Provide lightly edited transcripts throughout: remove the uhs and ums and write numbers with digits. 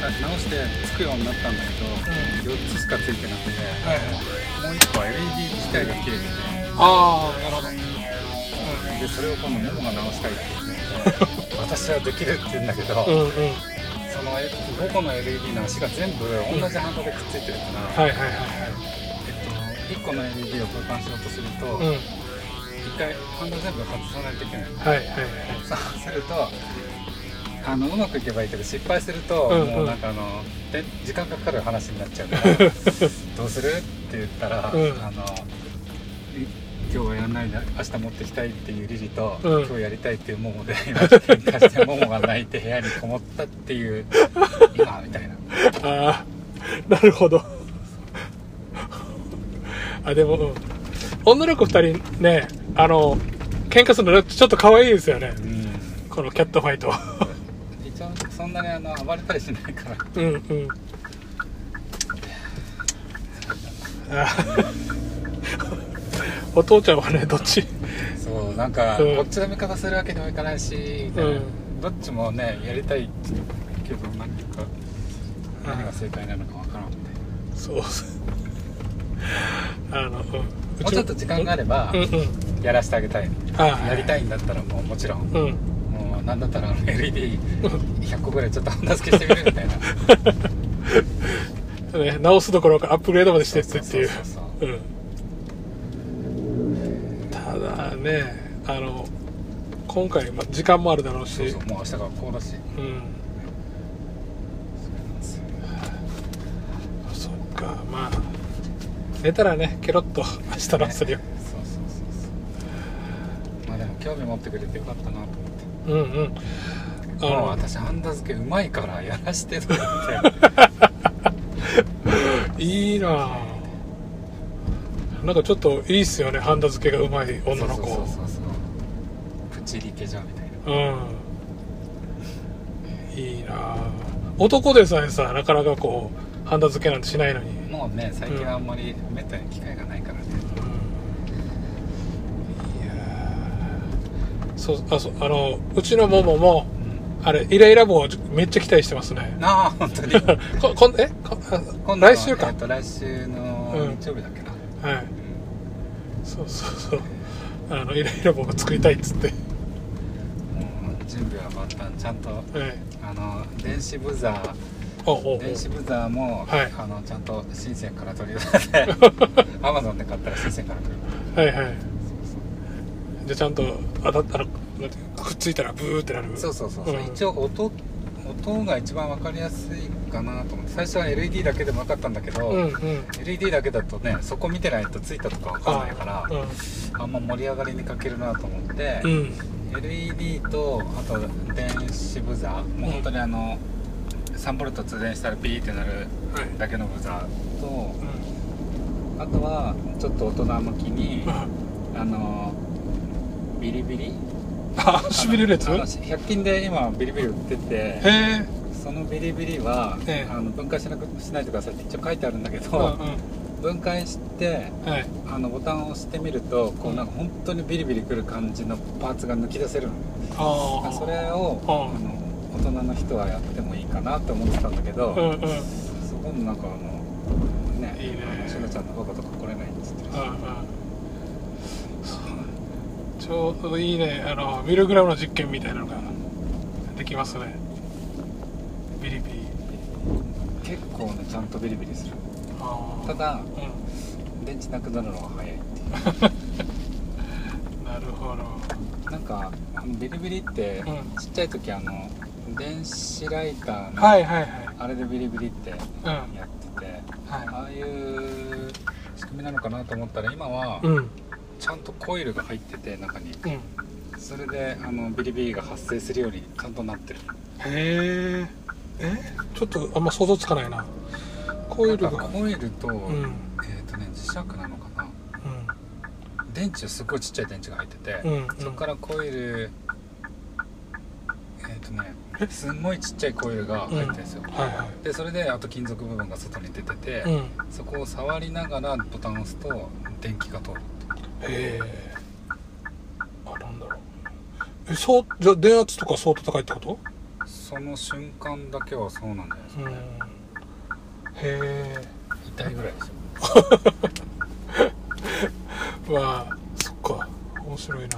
直してつくようになったんだけど、4つしかついてなくて、もう1個は LED 自体が切れてて、 ああなるほど、 でそれを今度モモが直したいって言って私はできるって言うんだけど、その5個の LED の足が全部同じハンドでくっついてるから、1個の LED を交換しようとすると、1回ハンド全部外さないといけない。そうするとうまくいけばいいけど失敗すると、もうなんかで時間かかる話になっちゃうからどうするって言ったら、今日はやらないで明日持ってきたいっていうリリと、今日やりたいっていうモモで今喧嘩してモモが泣いて部屋にこもったっていう今みたいな。 ああなるほど。あでも、女の子2人ね喧嘩するのちょっと可愛いですよね、このキャットファイト一応そんなに暴れたりしないから。 お父ちゃんはねどっちそうなんか、こっちの味方するわけにもいかないし、どっちもねやりたいけど何が正解なのかわからんので、 そうもうちょっと時間があればやらせてあげたい。やりたいんだったらもちろん、もうなんだったら LED100 個ぐらいちょっとハンダ付けしてみるみたいな直すどころかアップグレードまでしてってっていう。ただね今回時間もあるだろうし、 もう明日学校だし、 そっか、まあ寝たらねケロッと明日の朝には、 まあでも興味持ってくれてよかったなと思って、もう私ハンダ付けうまいからやらしてとか言っていいなぁ、なんかちょっといいっすよね、ハンダ付けがうまい女の子。 そうプチリケじゃんみたいな。 いいなぁ。男でさえさなかなかこうハンダ付けなんてしないのに。 もうね最近はあんまりめったに機会がないからね。 いやうちのモモも、あれイライラ棒めっちゃ期待してますね。 本当に来週か、 来週の日曜日だっけな。 そうイライラ棒が作りたいっつって、 もう準備は万端、ちゃんと、電子ブザーも、ちゃんと深センから取り寄せてアマゾンで買ったら深センから来る。 じゃあちゃんとくっついたらブーってなる。 一応音が一番分かりやすいかなと思って、最初は LED だけでも分かったんだけど、LED だけだとねそこ見てないとついたとか分かんないから、あんま盛り上がりに欠けるなと思って、LED とあと電子ブザー、もう本当に3V 通電したらピーってなるだけのブザーと、あとはちょっと大人向きにビリビリしびれるやつ 100均で今ビリビリ売ってて、そのビリビリは、分解しないでくださいって一応書いてあるんだけど、分解して、ボタンを押してみるとこうなんか本当にビリビリくる感じのパーツが抜き出せるの。それを大人の人はやってもいいかなって思ってたんだけど、そこのなんかね、しのちゃんのパパとか来れないんですって。 ちょうどいいね、ミルグラムの実験みたいなのができますね。ビリビリ結構ねちゃんとビリビリする。ただ、電池なくなるのが早いっていうなるほど。 なんかビリビリって、ちっちゃい時電子ライターの、あれでビリビリってやってて、ああいう仕組みなのかなと思ったら今は、ちゃんとコイルが入ってて中に、それでビリビリが発生するようにちゃんとなってる。 へえ。ちょっとあんま想像つかないな。コイルと、磁石なのかな、電池すごいちっちゃい電池が入ってて、そこからコイルすんごいちっちゃいコイルが入ってるんですよ。でそれであと金属部分が外に出てて、そこを触りながらボタンを押すと電気が通る。 へえ。なんだろう。じゃあ電圧とか相当高いってこと？ その瞬間だけはそうなんじゃないですかね。 へえ。 痛いぐらいですよ。わあ、そっか、面白いな。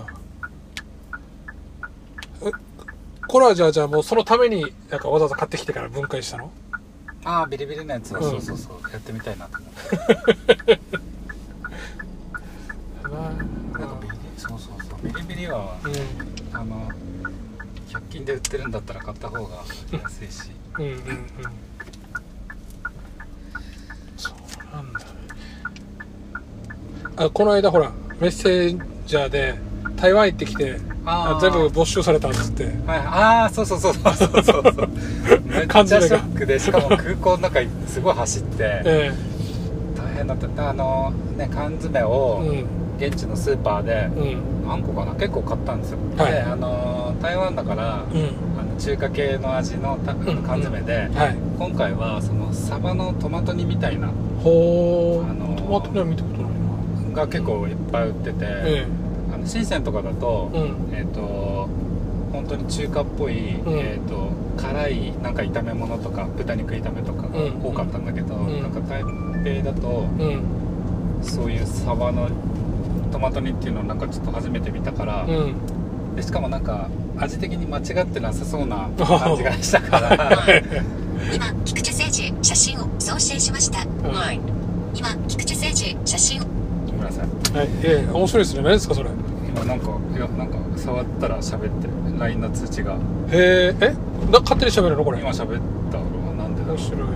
これはじゃあもうそのためになんかわざわざ買ってきてから分解したの？ ああ、ビリビリのやつは、そうそうそう、やってみたいなと思って。なんかビリビリは、100均で売ってるんだったら買った方が安いし。 そうなんだ。この間ほらメッセージャーで台湾行ってきて全部没収されたんですって。 はい、ああ、そう。めっちゃショックで、しかも空港の中すごい走って、大変だった。缶詰を現地のスーパーで何個かな、結構買ったんですよ。で、台湾だから、中華系の味の缶詰で、今回はそのサバのトマト煮みたいな、 トマト煮は見たことないなが結構いっぱい売ってて、深センとかだと、本当に中華っぽい、辛いなんか炒め物とか豚肉炒めとかが多かったんだけど、なんか台北だと、そういうサバのトマト煮っていうのをなんかちょっと初めて見たから、でしかもなんか味的に間違ってなさそうな感じがしたから今菊池誠二写真を送信しました。今菊池誠二写真を。 ごめんなさい。 はい、面白いですね。何ですかそれ？ 今なんか触ったら喋ってる LINE の通知が。 へえ、勝手に喋るのこれ？ 今喋ったのはなんでだろう。 面白い。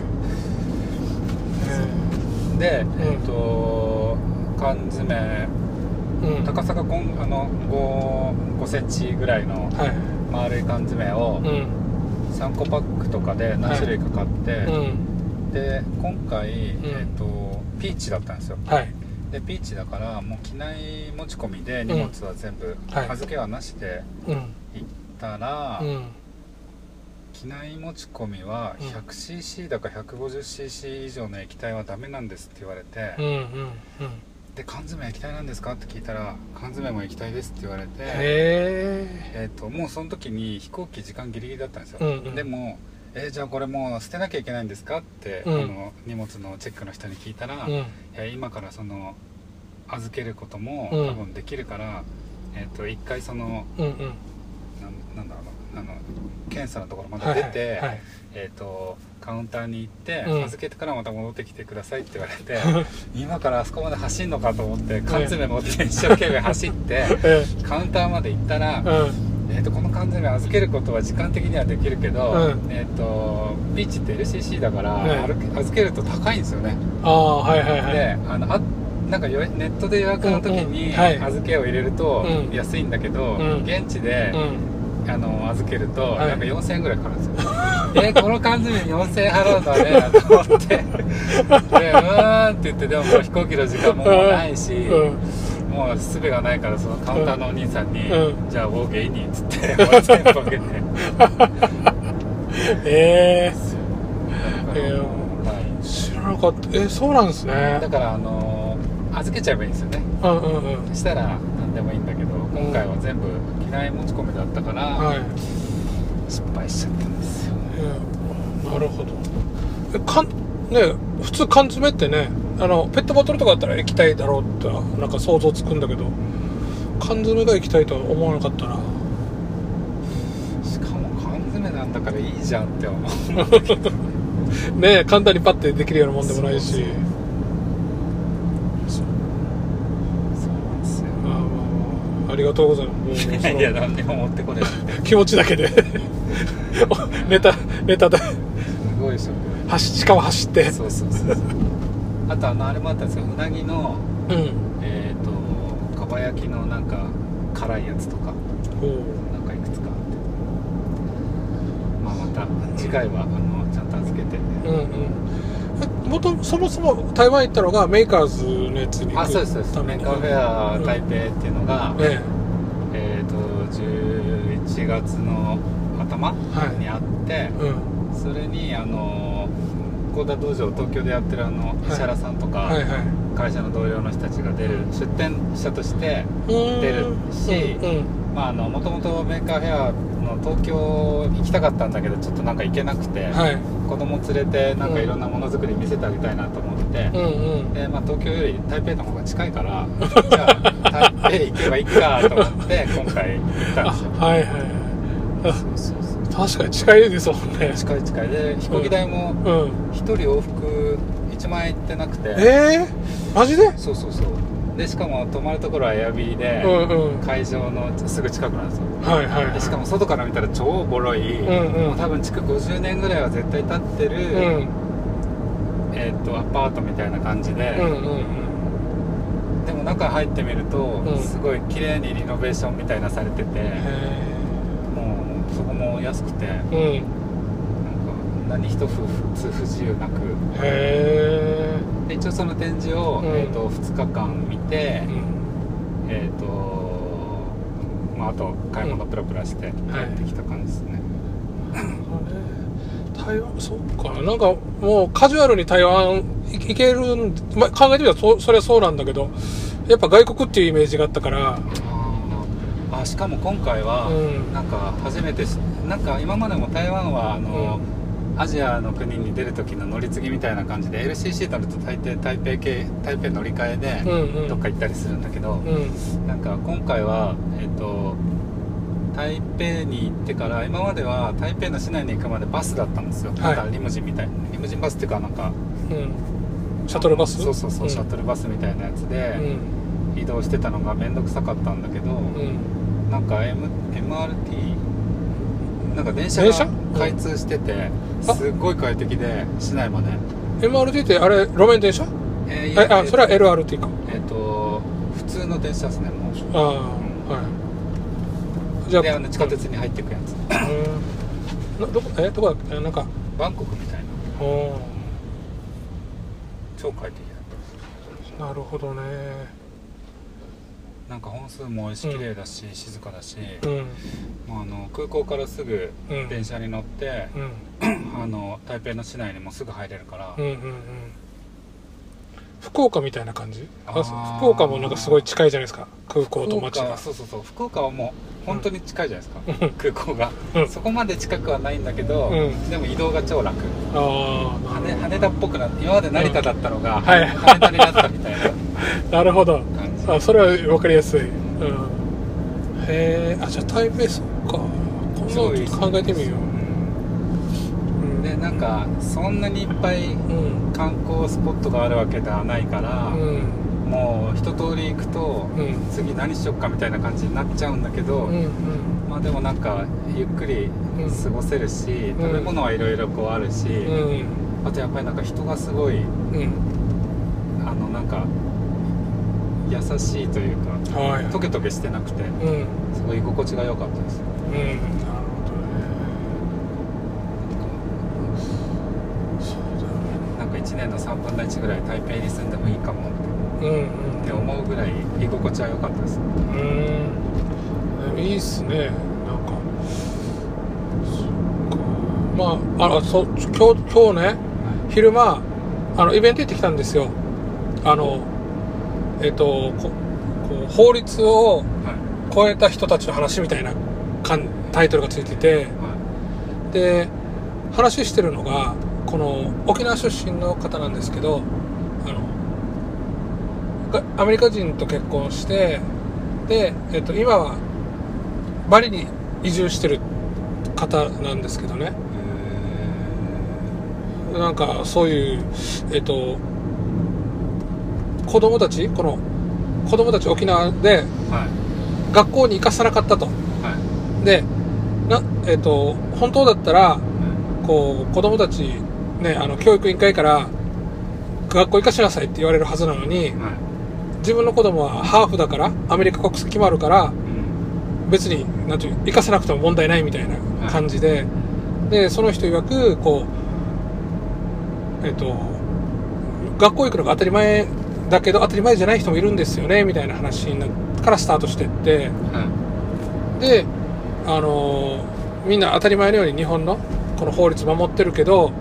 で、缶詰、高さが5センチぐらいの丸い缶詰を3個パックとかで何種類か買って、で今回、ピーチだったんですよ。でピーチだからもう機内持ち込みで荷物は全部、預けはなしで行ったら、機内持ち込みは 100cc だか 150cc 以上の液体はダメなんですって言われて、で缶詰液体なんですかって聞いたら缶詰も液体ですって言われて、もうその時に飛行機時間ギリギリだったんですよ。でもじゃあこれもう捨てなきゃいけないんですかって、荷物のチェックの人に聞いたら、いや今からその預けることも多分できるから、一回その、なんだろう、検査のところまで出て、カウンターに行って、預けてからまた戻ってきてくださいって言われて今からあそこまで走るのかと思って缶詰持って一生懸命走ってカウンターまで行ったら、この缶詰預けることは時間的にはできるけど、ピーチって LCC だから、預けると高いんですよね。でなんかネットで予約の時に預けを入れると安いんだけど、現地で預けるとなんか4000円ぐらいかかるんですよ。この缶詰に4000円払うのはねと思ってでって言って、でももう飛行機の時間ももうないし、もう術がないからそのカウンターのお兄さんにじゃあウォーゲイニーっつって全部あげて知らなかった。そうなんですね。 だから預けちゃえばいいんですよね。そしたら何でもいいんだけど、今回は全部機内持ち込みだったから、失敗しちゃったんですよ。 なるほど。普通缶詰ってね、ペットボトルとかだったら液体だろうってなんか想像つくんだけど、缶詰が液体とは思わなかったな。 しかも缶詰なんだからいいじゃんって思うんだけどね、簡単にパッてできるようなもんでもないし。ありがとうございます。 いや何でも持ってこれる気持ちだけでネタですごいでしょ。 しかも走って。 そうあとあれもあったんですよ。うなぎのかば焼きのなんか辛いやつとかなんかいくつかあって、また次回はちゃんと預けて、 そもそも台湾行ったのがメーカーズのやつに行く。 そうですメーカーフェア台北っていうのが、11月の頭にあって、それに高田道場東京でやってる石原さんとか、会社の同僚の人たちが出る出店者として出るし、 もともとメーカーフェアの東京行きたかったんだけどちょっとなんか行けなくて、はい、子供連れてなんかいろんなものづくり見せてあげたいなと思って、で東京より台北の方が近いからじゃあ台北行けばいいかと思って今回行ったんですよ。はいはい、 そう確かに近いですもんね。 近いで飛行機代も1人往復1万円いってなくて、 マジで？ そうでしかも泊まるところはエアビーで、会場のすぐ近くなんですよ。はいはいはい、でしかも外から見たら超ボロい、もう多分築50年ぐらいは絶対経ってる、アパートみたいな感じで、でも中入ってみると、すごい綺麗にリノベーションみたいなされてて、もうそこも安くて、なんか何一つ不自由なく、で一応その展示を、2日間見て、あと買い物プラプラして帰ってきた感じですね。 台湾、そっか、なんかもうカジュアルに台湾行ける考えてみたらそれはそうなんだけど、やっぱ外国っていうイメージがあったから。 しかも今回は、なんか初めてなんか今までも台湾はアジアの国に出る時の乗り継ぎみたいな感じで LCC となると大抵台北乗り換えでどっか行ったりするんだけど、なんか今回は台北に行ってから今までは台北の市内に行くまでバスだったんですよ、なんかリムジンみたいなリムジンバスっていうかなんか、 シャトルバス？ そう、シャトルバスみたいなやつで移動してたのが面倒くさかったんだけど、なんか MRT なんか電車が開通してて、すっごい快適で市内まで。 MRT ってあれ路面電車？それは LRT か。 普通の電車ですね、もう。 はい。じゃあで地下鉄に入っていくやつ。 どこだっけ？なんかバンコクみたいな。超快適だった。 なるほどね。 なんか本数も綺麗だし、静かだし、空港からすぐ電車に乗って、台北の市内にもすぐ入れるから、 福岡みたいな感じ？福岡もなんかすごい近いじゃないですか、空港と街が。 そう福岡はもう本当に近いじゃないですか、空港が、そこまで近くはないんだけど、でも移動が超楽。羽田っぽくなって、今まで成田だったのが羽田になったみたいななるほど、それは分かりやすい。へえ、じゃあ台北、そっか、今度ちょっと考えてみよう。 でなんかそんなにいっぱい観光スポットがあるわけではないから、もう一通り行くと、次何しよっかみたいな感じになっちゃうんだけど、でもなんかゆっくり過ごせるし、食べ物はいろいろこうあるし、あとやっぱりなんか人がすごい、なんか優しいというか、トゲトゲしてなくて、すごい居心地が良かったです。1年の3分の1ぐらい台北に住んでもいいかもって思うぐらい居心地は良かったです。 いいっすね。なんか今日ね、昼間イベント行ってきたんですよ。法律を超えた人たちの話みたいなタイトルがついてて、で話してるのがこの沖縄出身の方なんですけど、アメリカ人と結婚して、で、今はバリに移住してる方なんですけどね。なんかそういう子供たち沖縄で学校に行かさなかったと。で本当だったらこう子供たちね、教育委員会から学校行かしなさいって言われるはずなのに、自分の子供はハーフだからアメリカ国籍もあるから、別になんていう行かせなくても問題ないみたいな感じで、でその人曰くこう学校行くのが当たり前だけど当たり前じゃない人もいるんですよねみたいな話からスタートしてって、でみんな当たり前のように日本のこの法律守ってるけど、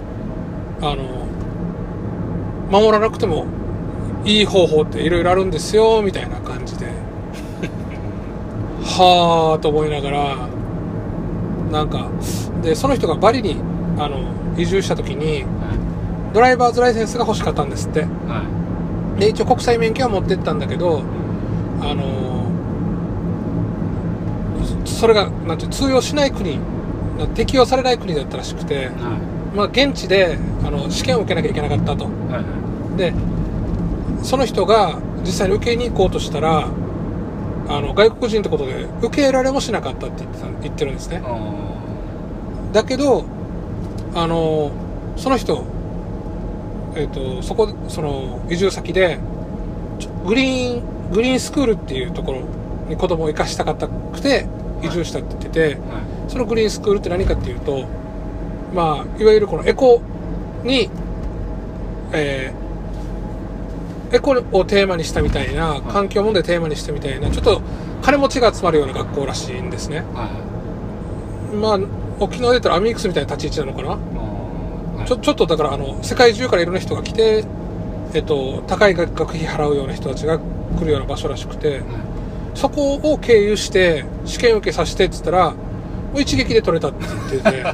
守らなくてもいい方法っていろいろあるんですよみたいな感じではあと思いながら、なんかでその人がバリに移住した時に、ドライバーズライセンスが欲しかったんですって、で一応国際免許は持ってったんだけど、それがなんて通用しない国、適用されない国だったらしくて、まあ、現地で試験を受けなきゃいけなかったと、でその人が実際に受けに行こうとしたら外国人ってことで受け入れられもしなかったって言ってるんですね。だけどその人、その移住先でグリーンスクールっていうところに子供を生かしたかったくて移住したって言ってて、そのグリーンスクールって何かっていうと、まあいわゆるこのエコに、エコをテーマにしたみたいな、環境問題テーマにしたみたいな、ちょっと金持ちが集まるような学校らしいんですね。まあ沖縄で言ったらアミックスみたいな立ち位置なのかな。ちょっとだから世界中からいろんな人が来て、高い学費払うような人たちが来るような場所らしくて、そこを経由して試験受けさせてって言ったらもう一撃で取れたって言ってて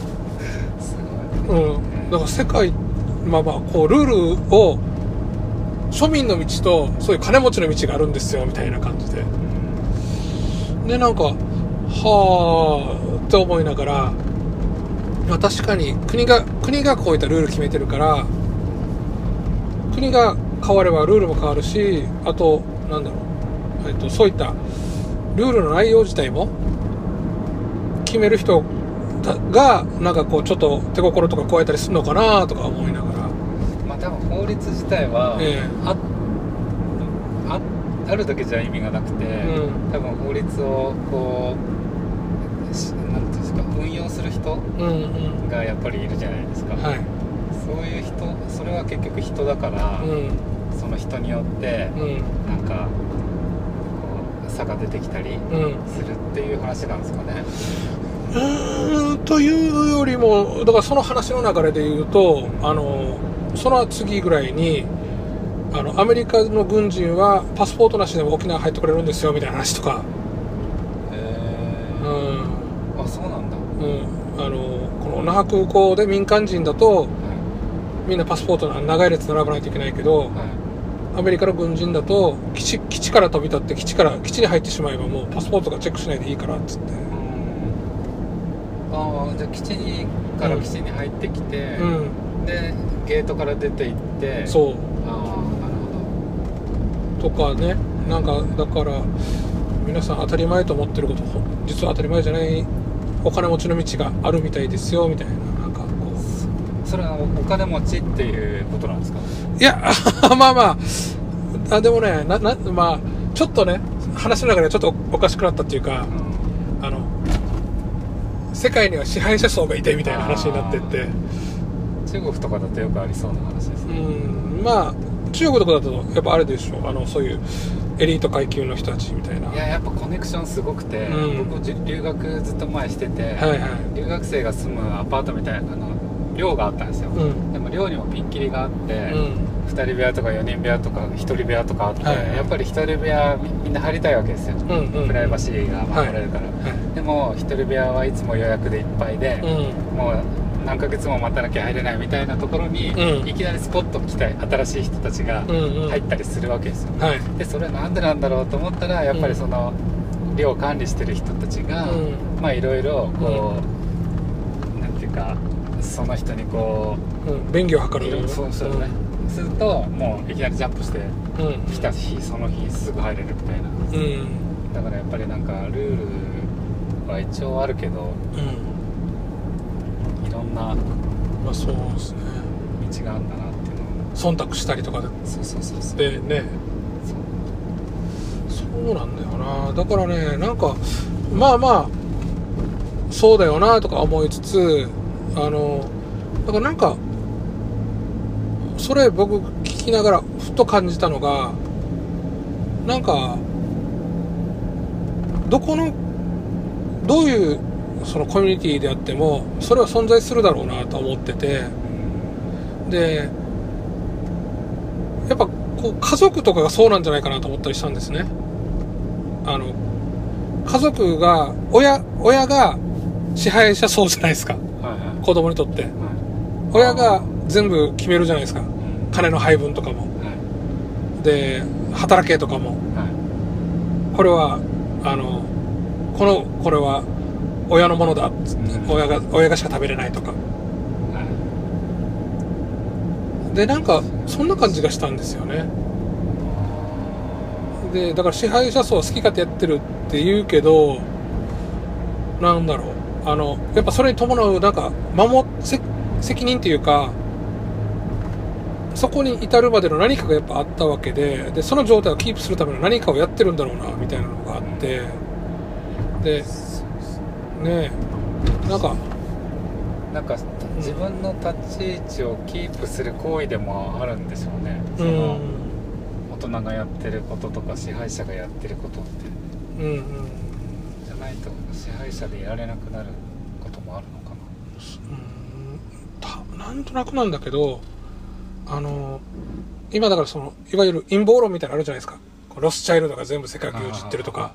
だから世界まあこうルールを庶民の道とそういう金持ちの道があるんですよみたいな感じでなんかはーって思いながら、まあ、確かに国がこういったルール決めてるから国が変わればルールも変わるし、あとなんだろう、そういったルールの内容自体も決める人がなんかこうちょっと手心とか加えたりするのかなとか思いながら、 まあ多分法律自体は、あるだけじゃ意味がなくて、多分法律をこうなんていうんですか、運用する人がやっぱりいるじゃないですか、そういう人、それは結局人だから、その人によって、なんかこう差が出てきたりするっていう話なんですかね。 というよりも、だからその話の流れで言うと、その次ぐらいにアメリカの軍人はパスポートなしでも沖縄入ってくれるんですよみたいな話とか。 あ、そうなんだ。 この那覇空港で民間人だと、みんなパスポート長い列並ばないといけないけど、アメリカの軍人だと基地から飛び立って基地に入ってしまえばもうパスポートがチェックしないでいいからっつって。 じゃあ基地から基地に入ってきて、でゲートから出て行って、 そう。 なるほど。とかね、なんかだから皆さん当たり前と思ってること実は当たり前じゃないお金持ちの道があるみたいですよみたいな、なんかこう。それはお金持ちっていうことなんですか？ いやまあでもねまあちょっとね話の中でちょっとおかしくなったっていうか、世界には支配者層がいてみたいな話になってって、 中国とかだとよくありそうな話ですね。 まあ中国とかだとやっぱあれでしょ、そういうエリート階級の人たちみたいな。 いや、やっぱコネクションすごくて、僕留学ずっと前してて、留学生が住むアパートみたいな寮があったんですよ、でも寮にもピンキリがあって、2人部屋とか4人部屋とか1人部屋とかあって、やっぱり1人部屋みんな入りたいわけですよ、プライバシーが守られるから、でも1人部屋はいつも予約でいっぱいで、もう何ヶ月も待たなきゃ入れないみたいなところに、いきなりスポッと来た新しい人たちが入ったりするわけですよ、でそれなんでなんだろうと思ったら、やっぱりその寮を管理してる人たちが、まあいろいろこう、なんていうかその人にこう、 便宜を図る。 そうね、するともういきなりジャンプして、来た日その日すぐ入れるみたいな、だからやっぱりなんかルールは一応あるけど、いろんなまあそうですね、 道があるんだなっていうのを忖度したりとかで、 そうでね、そうなんだよな。だからね、なんかまあそうだよなとか思いつつ、だからなんかそれ僕聞きながらふと感じたのが、なんかどういうそのコミュニティであってもそれは存在するだろうなと思ってて、でやっぱこう家族とかがそうなんじゃないかなと思ったりしたんですね。 家族が親が支配者層じゃないですか、子供にとって、親が全部決めるじゃないですか、金の配分とかも、で働けとかも、これはこれは親のものだっつって、親がしか食べれないとか、でなんかそんな感じがしたんですよね。でだから支配者層は好き勝手やってるって言うけど、なんだろう、やっぱそれに伴うなんか責任っていうか、そこに至るまでの何かがやっぱあったわけで、その状態をキープするための何かをやってるんだろうなみたいなのがあって、でねえ、なんか自分の立ち位置をキープする行為でもあるんでしょうね。その大人がやってることとか支配者がやってることって、じゃないと支配者でいられなくなることもあるのかな。なんとなくなんだけど、今だからそのいわゆる陰謀論みたいなのあるじゃないですか。ロスチャイルドが全部世界を牛耳ってるとか、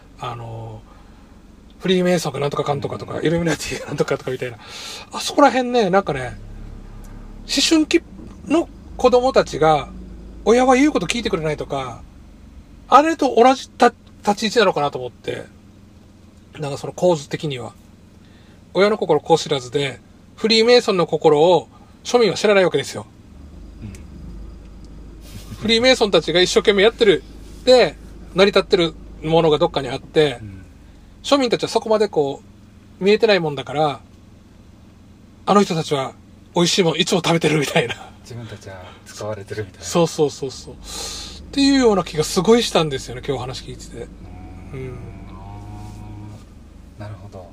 フリーメイソンがなんとかかんとかとか、イルミナティがなんとかとかみたいな、あそこら辺ね、なんかね、思春期の子供たちが親は言うこと聞いてくれないとか、あれと同じ立ち位置なのかなと思って、なんかその構図的には親の心こう知らずで、フリーメイソンの心を庶民は知らないわけですよ。フリーメイソンたちが一生懸命やってるで成り立ってるものがどっかにあって、庶民たちはそこまでこう見えてないもんだから、あの人たちは美味しいもんいつも食べてるみたいな、 自分たちは使われてるみたいな、 そうっていうような気がすごいしたんですよね、今日話聞いてて。 なるほど。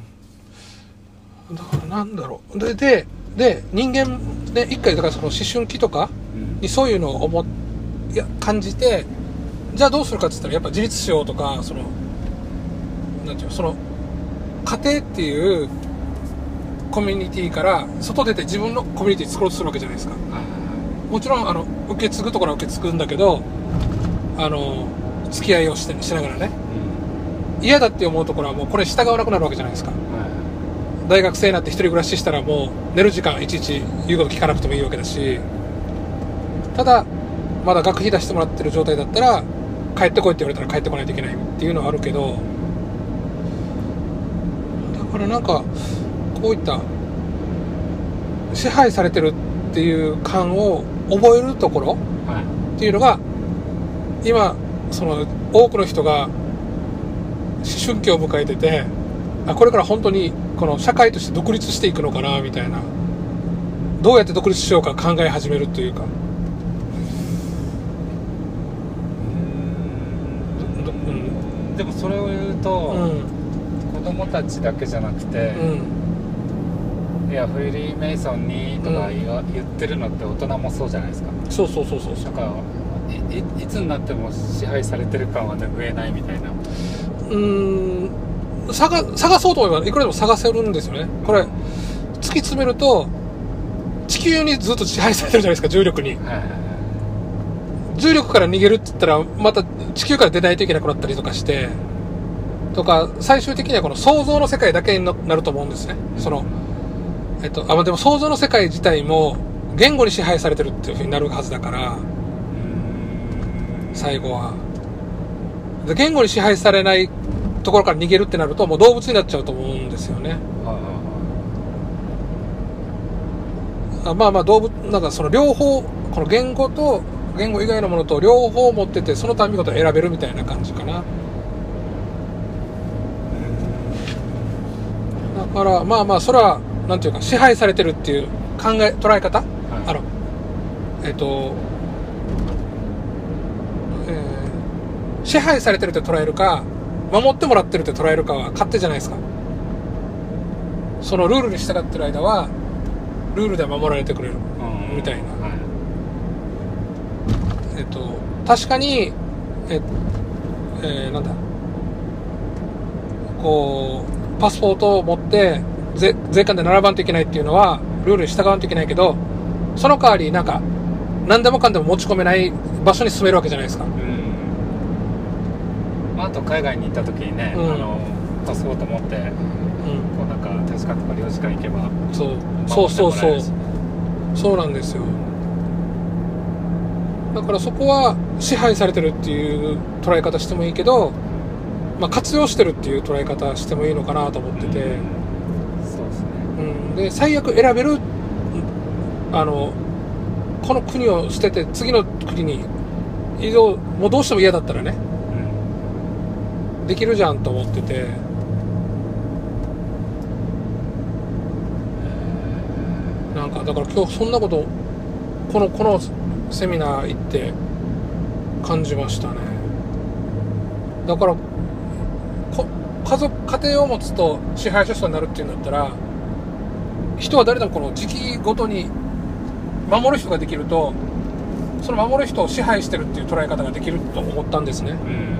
だからなんだろう、で人間で一回だからその思春期とかにそういうのを感じて、じゃあどうするかって言ったらやっぱ自立しようとか、そのなんていうの、その家庭っていうコミュニティから外出て自分のコミュニティ作ろうとするわけじゃないですか。もちろん受け継ぐところは受け継ぐんだけど、付き合いをしながらね、嫌だって思うところはもうこれ従わなくなるわけじゃないですか。大学生になって一人暮らししたらもう寝る時間いちいち言うこと聞かなくてもいいわけだし、ただまだ学費出してもらってる状態だったら帰ってこいって言われたら帰ってこないといけないっていうのはあるけど、だからなんかこういった支配されてるっていう感を覚えるところっていうのが、今その多くの人が思春期を迎えてて、これから本当にこの社会として独立していくのかなみたいな、どうやって独立しようか考え始めるというか、 でもそれを言うと、子供たちだけじゃなくて、いやフリーメイソンにとか言ってるのって大人もそうじゃないですか。 そうだからいつになっても支配されてる感は拭えないみたいな。 探そうと思えばいくらでも探せるんですよね。これ突き詰めると地球にずっと支配されてるじゃないですか、重力に。重力から逃げるって言ったらまた地球から出ないといけなくなったりとかしてとか、最終的にはこの想像の世界だけになると思うんですね。そのでも想像の世界自体も言語に支配されてるっていう風になるはずだから、最後はで言語に支配されないところから逃げるってなるともう動物になっちゃうと思うんですよね。動物なんかその両方、この言語と言語以外のものと両方持ってて、そのためごと選べるみたいな感じかな。だからそれはなんていうか、支配されてるっていう捉え方、支配されてるって捉えるか守ってもらってるって捉えるかは勝手じゃないですか。そのルールに従ってる間はルールで守られてくれるみたいな、確かにこうパスポートを持って税関で並ばんといけないっていうのはルールに従わんといけないけど、その代わりなんか何でもかんでも持ち込めない場所に住めるわけじゃないですか。 あと海外に行った時にね、パスポート持って、こうなんか大使館とか領事館行けばそうなんですよ。だからそこは支配されてるっていう捉え方してもいいけど、活用してるっていう捉え方してもいいのかなと思ってて、 そうですね。 で最悪選べる、この国を捨てて次の国に移動、もうどうしても嫌だったらね、できるじゃんと思ってて、なんかだから今日そんなことこのセミナー行って感じましたね。だから家庭を持つと支配者層になるっていうんだったら、人は誰でもこの時期ごとに守る人ができると、その守る人を支配してるっていう捉え方ができると思ったんですね。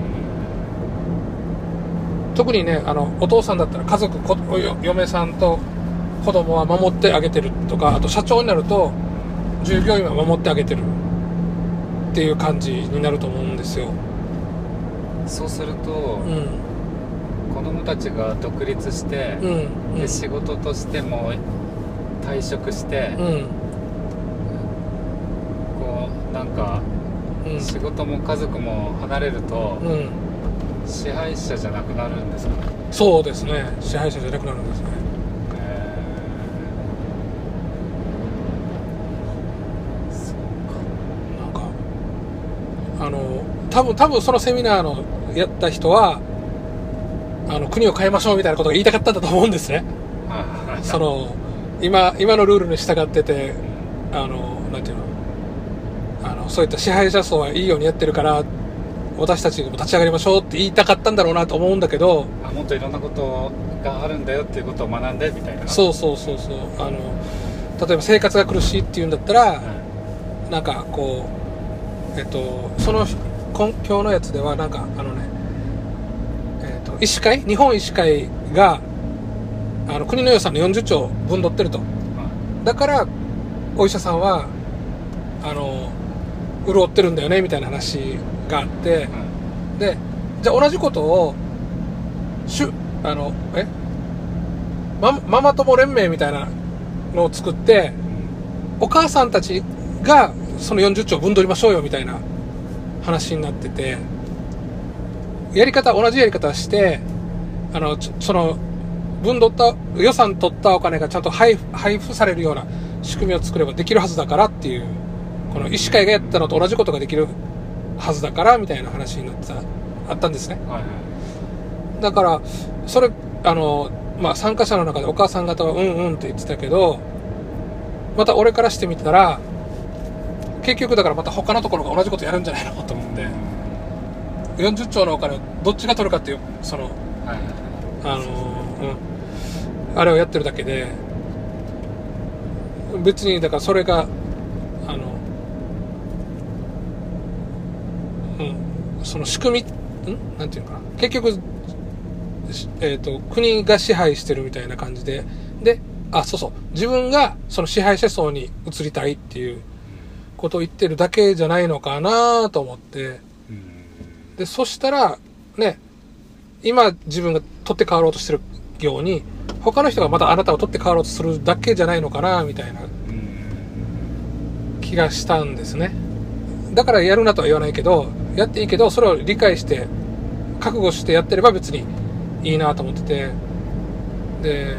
特にね、お父さんだったら家族、嫁さんと子供は守ってあげてるとか、あと社長になると従業員は守ってあげてるっていう感じになると思うんですよ。 そうすると、子供たちが独立して、で仕事としても退職して、こうなんか、仕事も家族も離れると、支配者じゃなくなるんですかね。 そうですね、支配者じゃなくなるんですね。なんか多分そのセミナーのやった人は国を変えましょうみたいなことが言いたかったんだと思うんですね。その今のルールに従ってて、なんていうの、そういった支配者層はいいようにやってるから私たちも立ち上がりましょうって言いたかったんだろうなと思うんだけど、 もっといろんなことがあるんだよっていうことを学んでみたいな。 そう例えば生活が苦しいっていうんだったら、なんかこうその今日のやつではなんか医師会、日本医師会が国の予算の40兆分取ってると、だからお医者さんは潤ってるんだよねみたいな話があって、でじゃあ同じことをママ友連盟みたいなのを作って、お母さんたちがその40兆分取りましょうよみたいな話になってて、同じやり方してその分取った予算取ったお金がちゃんと配布されるような仕組みを作ればできるはずだからっていう、この医師会がやったのと同じことができるはずだからみたいな話になってあったんですね。だからそれ参加者の中でお母さん方はって言ってたけど、また俺からしてみたら結局だからまた他のところが同じことやるんじゃないのと思って、40兆のお金をどっちが取るかっていうあれをやってるだけで、別にだからそれがその仕組みなんていうのかな、結局国が支配してるみたいな感じで、自分がその支配者層に移りたいっていうことを言ってるだけじゃないのかなと思って、でそしたらね、今自分が取って代わろうとしてるように他の人がまたあなたを取って代わろうとするだけじゃないのかなみたいな気がしたんですね。だからやるなとは言わないけど、やっていいけどそれを理解して覚悟してやってれば別にいいなと思ってて、で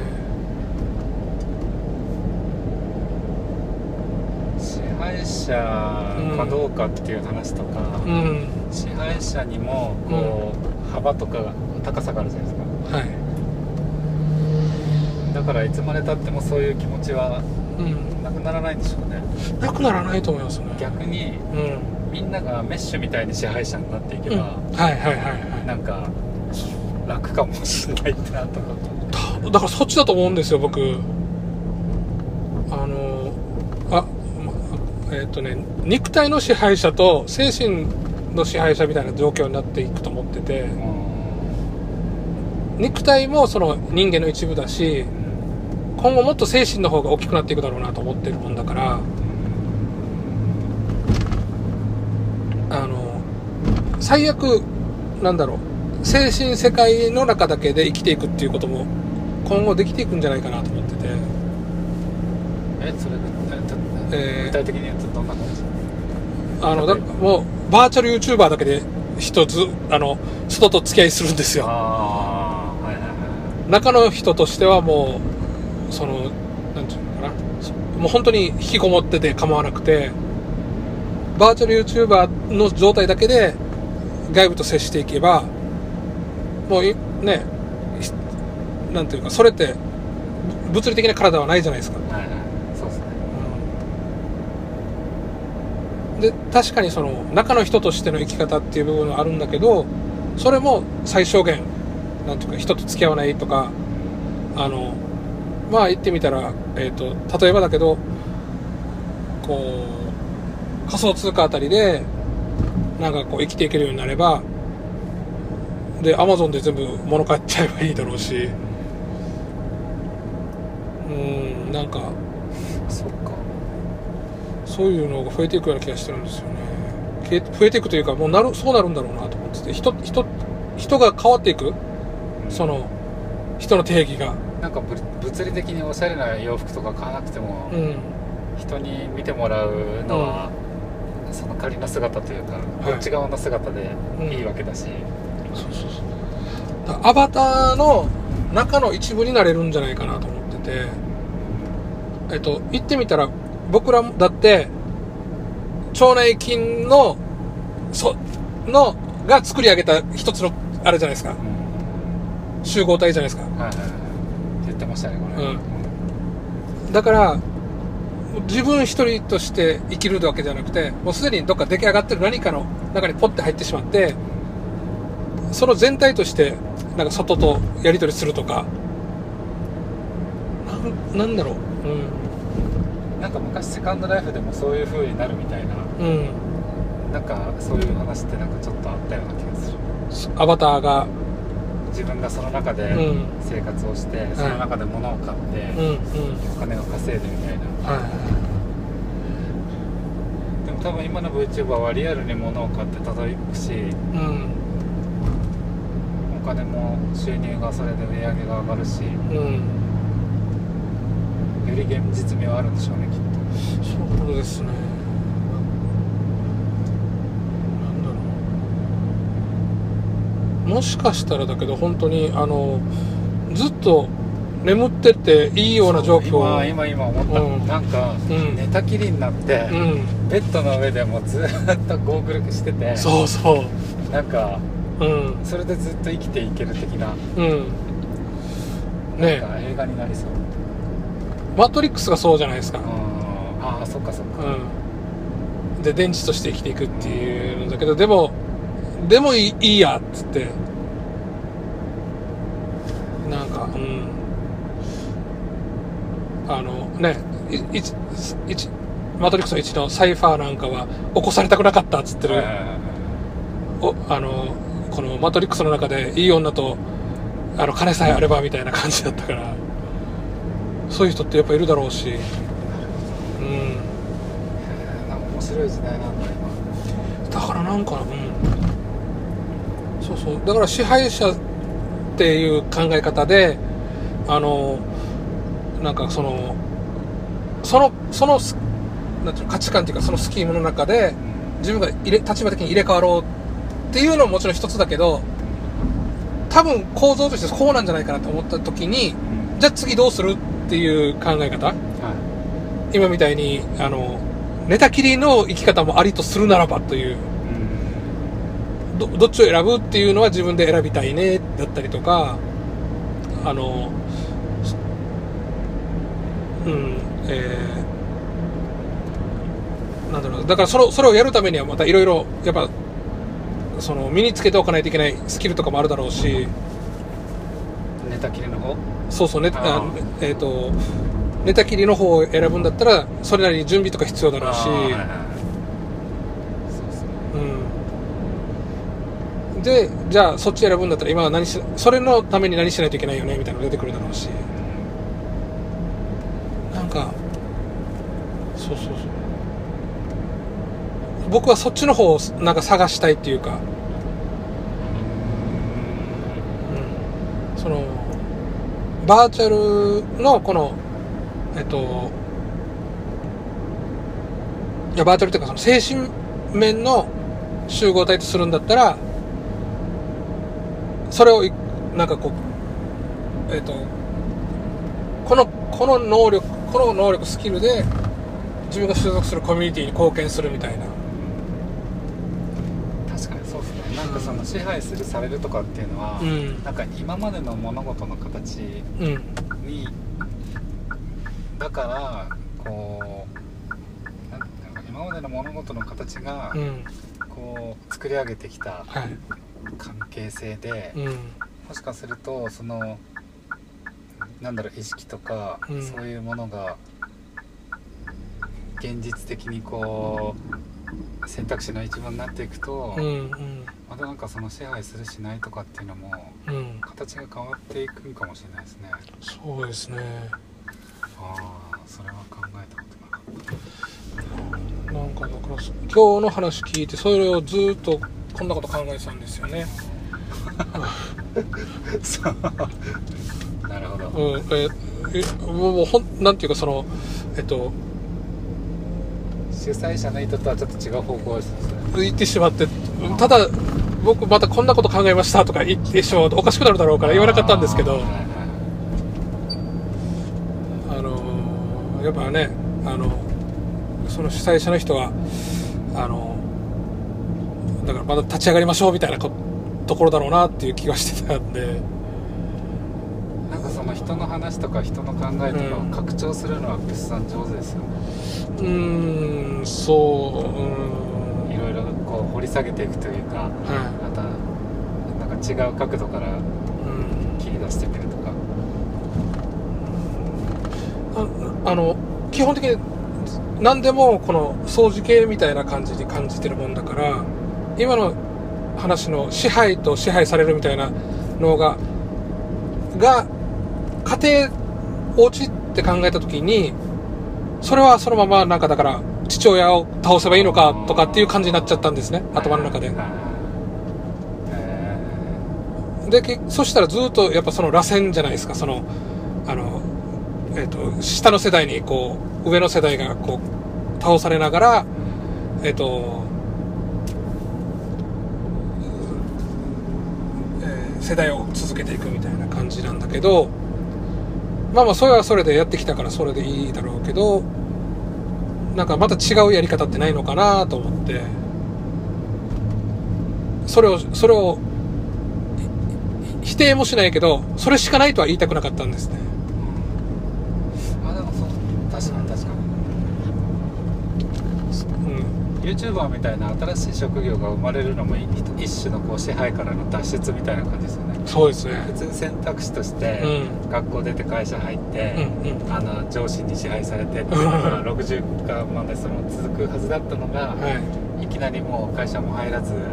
支配者かどうかっていう話とか、支配者にもこう、幅とか高さがあるじゃないですか。はい。だからいつまでたってもそういう気持ちはなくならないんでしょうね。 なくならないと思いますね。 逆に、みんながメッシュみたいに支配者になっていけば、なんか楽かもしれないってなと思った。 だからそっちだと思うんですよ、僕。肉体の支配者と精神の支配者みたいな状況になっていくと思ってて、肉体もその人間の一部だし、今後もっと精神の方が大きくなっていくだろうなと思ってるもんだから、最悪精神世界の中だけで生きていくっていうことも今後できていくんじゃないかなと思ってて。 それ具体的に言うとどんな感じ？ もうバーチャル YouTuber だけで人と付き合いするんですよ。中の人としてはもうなんていうのかな、もう本当に引きこもってて構わなくて、バーチャル YouTuber の状態だけで外部と接していけば、もうね、なんていうか、それって物理的な体はないじゃないですか。 そうですね。 で、確かに中の人としての生き方っていう部分はあるんだけど、それも最小限、なんていうか、人と付き合わないとか、まあ言ってみたら、例えばだけど、こう仮想通貨あたりでなんかこう生きていけるようになれば、で Amazon で全部物買っちゃえばいいだろうし、なんかそっか、 そういうのが増えていくような気がしてるんですよね。増えていくというか、もうそうなるんだろうなと思ってて、人が変わっていく、その人の定義がなんか物理的におしゃれな洋服とか買わなくても、人に見てもらうのは、その仮の姿というか、こっち側の姿でいいわけだし、 そうそうそう。だからアバターの中の一部になれるんじゃないかなと思ってて、言ってみたら僕らだって腸内菌のが作り上げた一つのあれじゃないですか、集合体じゃないですか。 言ってましたねこれ、 だから自分一人として生きるわけじゃなくて、もうすでにどっか出来上がってる何かの中にポッて入ってしまって、その全体としてなんか外とやり取りするとか、なんだろう、 なんか昔セカンドライフでもそういう風になるみたいな、なんかそういう話ってなんかちょっとあったような気がする。 アバターが自分がその中で生活をして、その中で物を買って、お金を稼いでみたいな、でも多分今の VTuber はリアルに物を買って届くし、お金も収入がそれで売り上げが上がるし、より現実味はあるんでしょうね、きっと。 そうですね。なんだろう、もしかしたらだけど本当にずっと眠ってていいような状況。 今思った、なんか、寝たきりになって、ベッドの上でもずっとゴーグルしてて、 そうなんか、それでずっと生きていける的な、 ね、 なんか映画になりそう。 マトリックスがそうじゃないですか。 ああ、そっかそっか。 で電池として生きていくっていうんだけど、でもいいやっつって、なんかマトリックスの1のサイファーなんかは起こされたくなかったっつってる、このマトリックスの中でいい女と金さえあればみたいな感じだったから、そういう人ってやっぱいるだろうし、 なんか面白い時代なんだ今。 だからなんかそうだから支配者っていう考え方でなんかそのなんていうの、価値観っていうか、そのスキームの中で自分が立場的に入れ替わろうっていうのももちろん一つだけど、多分構造としてこうなんじゃないかなと思った時に、じゃあ次どうするっていう考え方、今みたいに寝たきりの生き方もありとするならばという、どっちを選ぶっていうのは自分で選びたいねだったりとか、なんだろう、だからそれをやるためにはまたいろいろやっぱ身につけておかないといけないスキルとかもあるだろうし、 寝たきりの方、 寝たきりの方を選ぶんだったらそれなりに準備とか必要だろうし、でじゃあそっち選ぶんだったら今はそれのために何しないといけないよねみたいなのが出てくるだろうし、なんかそう僕はそっちの方をなんか探したいっていうか、 バーチャルのこのいやバーチャルっていうかその精神面の集合体とするんだったら、それをなんかこうこの能力スキルで自分が所属するコミュニティに貢献するみたいな。 確かにそうですね。なんかその支配するされるとかっていうのは、なんか今までの物事の形に、だからこうなんか今までの物事の形が、こう作り上げてきた関係性で、もしかするとそのなんだろう意識とか、そういうものが現実的にこう選択肢の一部になっていくと、またなんかその支配するしないとかっていうのも、形が変わっていくんかもしれないですね。 そうですね。 ああ、それは考えたことなかった。 なんかだから今日の話聞いてそれをずっとこんなこと考えてたんですよね。 そうなるほど。 もうなんていうかその主催者の意図とはちょっと違う方向ですね。 言ってしまって、ただ僕またこんなこと考えましたとか言ってしまうとおかしくなるだろうから言わなかったんですけど、やっぱねその主催者の人はだからまだ立ち上がりましょうみたいなところだろうなっていう気がしてたんで、 なんかその人の話とか人の考えとかを拡張するのは物産上手ですよね。いろいろこう掘り下げていくというか、またなんか違う角度から切り出してみるとか、 基本的に何でもこの掃除系みたいな感じに感じてるもんだから、今の話の支配と支配されるみたいなのが家庭お家って考えた時に、それはそのままなんかだから父親を倒せばいいのかとかっていう感じになっちゃったんですね、頭の中で。でそしたらずっとやっぱその螺旋じゃないですか。その下の世代にこう上の世代がこう倒されながら世代を続けていくみたいな感じなんだけど、まあそれはそれでやってきたからそれでいいだろうけど、なんかまた違うやり方ってないのかなと思って、それを否定もしないけどそれしかないとは言いたくなかったんですね。 でもそう確かに、YouTuber みたいな新しい職業が生まれるのも一種のこう支配からの脱出みたいな感じですよね。 そうですね。 普通選択肢として、学校出て会社入って、上司に支配されてっていうのが60かまでその続くはずだったのが、いきなりもう会社も入らず、も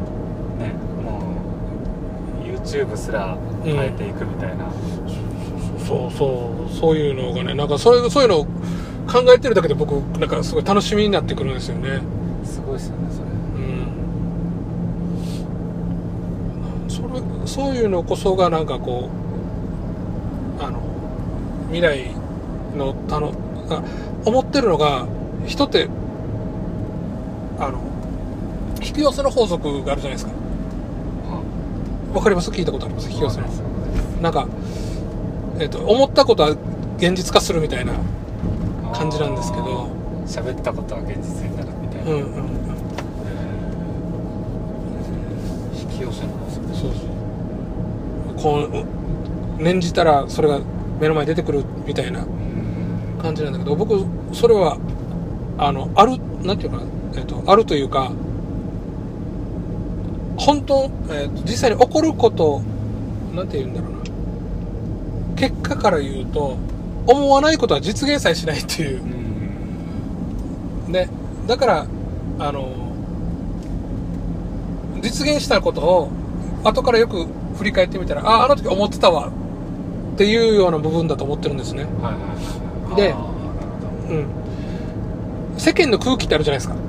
う YouTube すら変えていくみたいな、 そういうのがね、なんかそういうのを考えてるだけで僕なんかすごい楽しみになってくるんですよね。 すごいですよねそれ。 そういうのこそがなんかこう未来の思ってるのが、人って引き寄せの法則があるじゃないですか。わかります？聞いたことあります？引き寄せの。なんか思ったことは現実化するみたいな感じなんですけど、 喋ったことは現実になるみたいな。引き寄せの法則。 そうこう念じたらそれが目の前に出てくるみたいな感じなんだけど、僕それはなんていうかな、あるというか本当、実際に起こることなんていうんだろうな、結果から言うと思わないことは実現さえしないっていう、ね、だから実現したことを後からよく振り返ってみたら、あの時思ってたわっていうような部分だと思ってるんですね。で、世間の空気ってあるじゃないですか。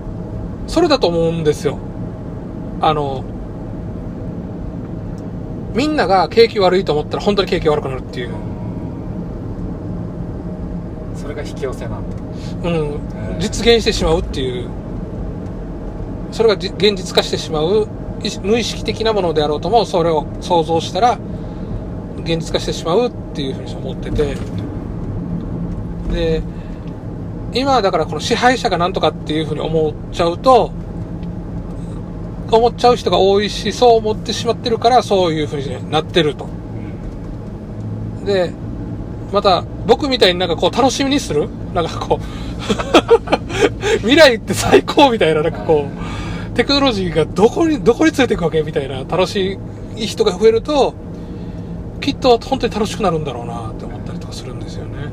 それだと思うんですよ。 みんなが景気悪いと思ったら本当に景気悪くなるっていう、 それが引き寄せなんだ。 実現してしまうっていう、それが現実化してしまう、無意識的なものであろうともそれを想像したら現実化してしまうっていうふうに思ってて、で今はだからこの支配者がなんとかっていうふうに思っちゃう人が多いし、そう思ってしまってるからそういうふうになってると。でまた僕みたいになんかこう楽しみにする、なんかこう未来って最高みたいな、なんかこうテクノロジーがどこに連れていくわけみたいな楽しい人が増えると、きっと本当に楽しくなるんだろうなって思ったりとかするんですよね。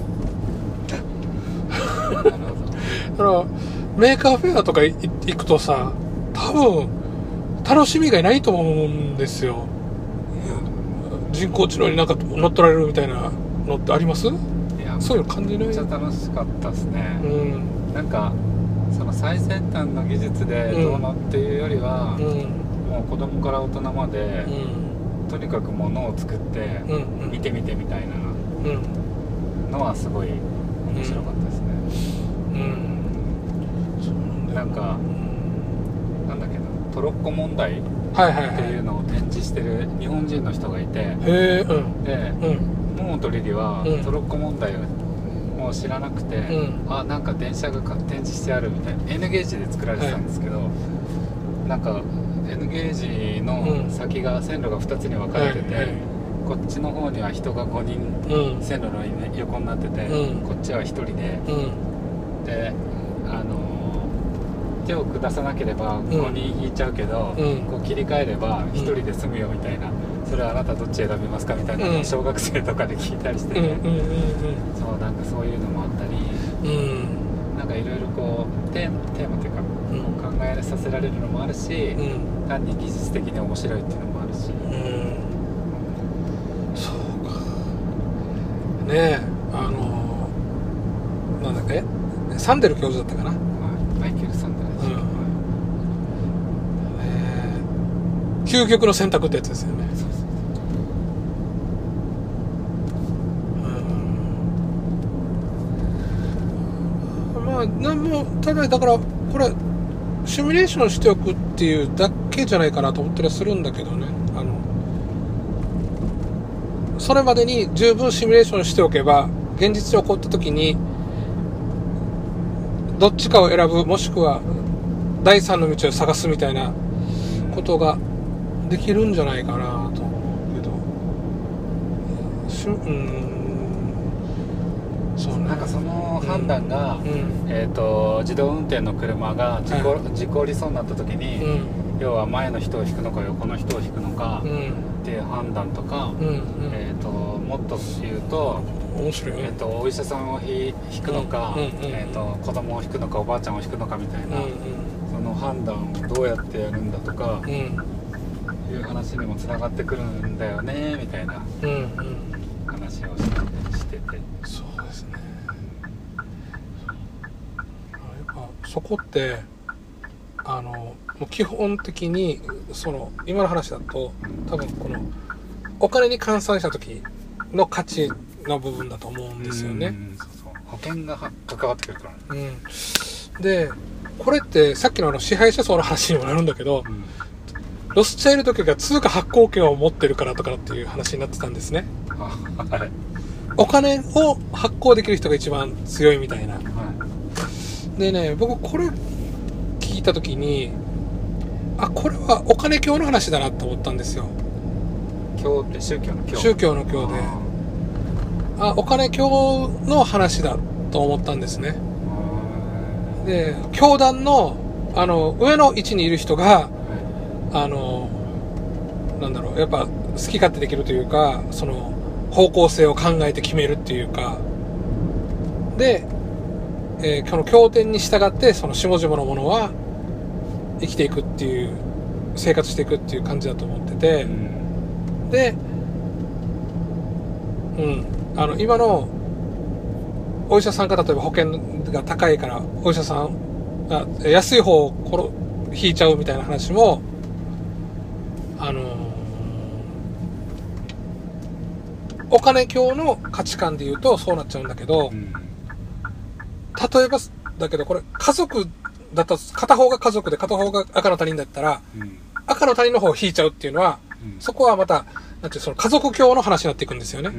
だからメーカーフェアとか行くとさ、多分楽しみがないと思うんですよ。人工知能になんか乗っ取られるみたいなのってあります？いや、そういうの感じない？ めっちゃ楽しかったですね。なんかその最先端の技術でどうのっていうよりは、もう子供から大人まで、とにかく物を作って見てみてみたいなのはすごい面白かったですね。なんかなんだっけな、トロッコ問題っていうのを展示してる日本人の人がいて、で桃とリリはトロッコ問題を知らなくて、あ、なんか電車が展示してあるみたいな、 N ゲージで作られてたんですけど、なんか N ゲージの先が線路が2つに分かれてて、こっちの方には人が5人線路の横になってて、こっちは1人で、で手を下さなければ5人引いちゃうけど、こう切り替えれば1人で済むよみたいな、それはあなたどっち選びますかみたいなのを小学生とかで聞いたりしてね、そう、なんかそういうのもあったり、なんかいろいろこうテーマというか、考えさせられるのもあるし、単に技術的に面白いっていうのもあるし、 そうかねえ、なんだっけ、サンデル教授だったかな、 マイケル・サンデルです、 究極の選択ってやつですよね。まあなんも、ただだからこれシミュレーションしておくっていうだけじゃないかなと思ったりはするんだけどね。それまでに十分シミュレーションしておけば、現実に起こった時にどっちかを選ぶ、もしくは第三の道を探すみたいなことができるんじゃないかなと思うけど、 そう、なんかその判断が、自動運転の車が事故りそうになった時に、要は前の人を引くのか横の人を引くのかっていう判断とか、もっと言うと、 面白いね、 お医者さんを引くのか、子供を引くのかおばあちゃんを引くのかみたいな、その判断をどうやってやるんだとか、いう話にもつながってくるんだよねみたいな話をしてて、 そうですね。やっぱそこってもう基本的にその今の話だと、多分このお金に換算した時の価値の部分だと思うんですよね。 そう保険が関わってくるから、 でこれってさっきの支配者層の話にもなるんだけど、ロスチャイルド家が通貨発行権を持ってるからとかっていう話になってたんですね。お金を発行できる人が一番強いみたいな、でね、僕これ聞いた時に、これはお金教の話だなと思ったんですよ。 教って宗教の教？ 宗教の教で、お金教の話だと思ったんですね。で、教団の上の位置にいる人がなんだろう、やっぱ好き勝手できるというか、その方向性を考えて決めるっていうかで、この経典に従ってその下々のものは生きていくっていう、生活していくっていう感じだと思ってて、で、今のお医者さんが例えば保険が高いからお医者さんが安い方を引いちゃうみたいな話もお金教の価値観で言うとそうなっちゃうんだけど、例えばだけどこれ家族だったら片方が家族で片方が赤の他人だったら、赤の他人の方を引いちゃうっていうのは、そこはまたなんていうその家族教の話になっていくんですよね。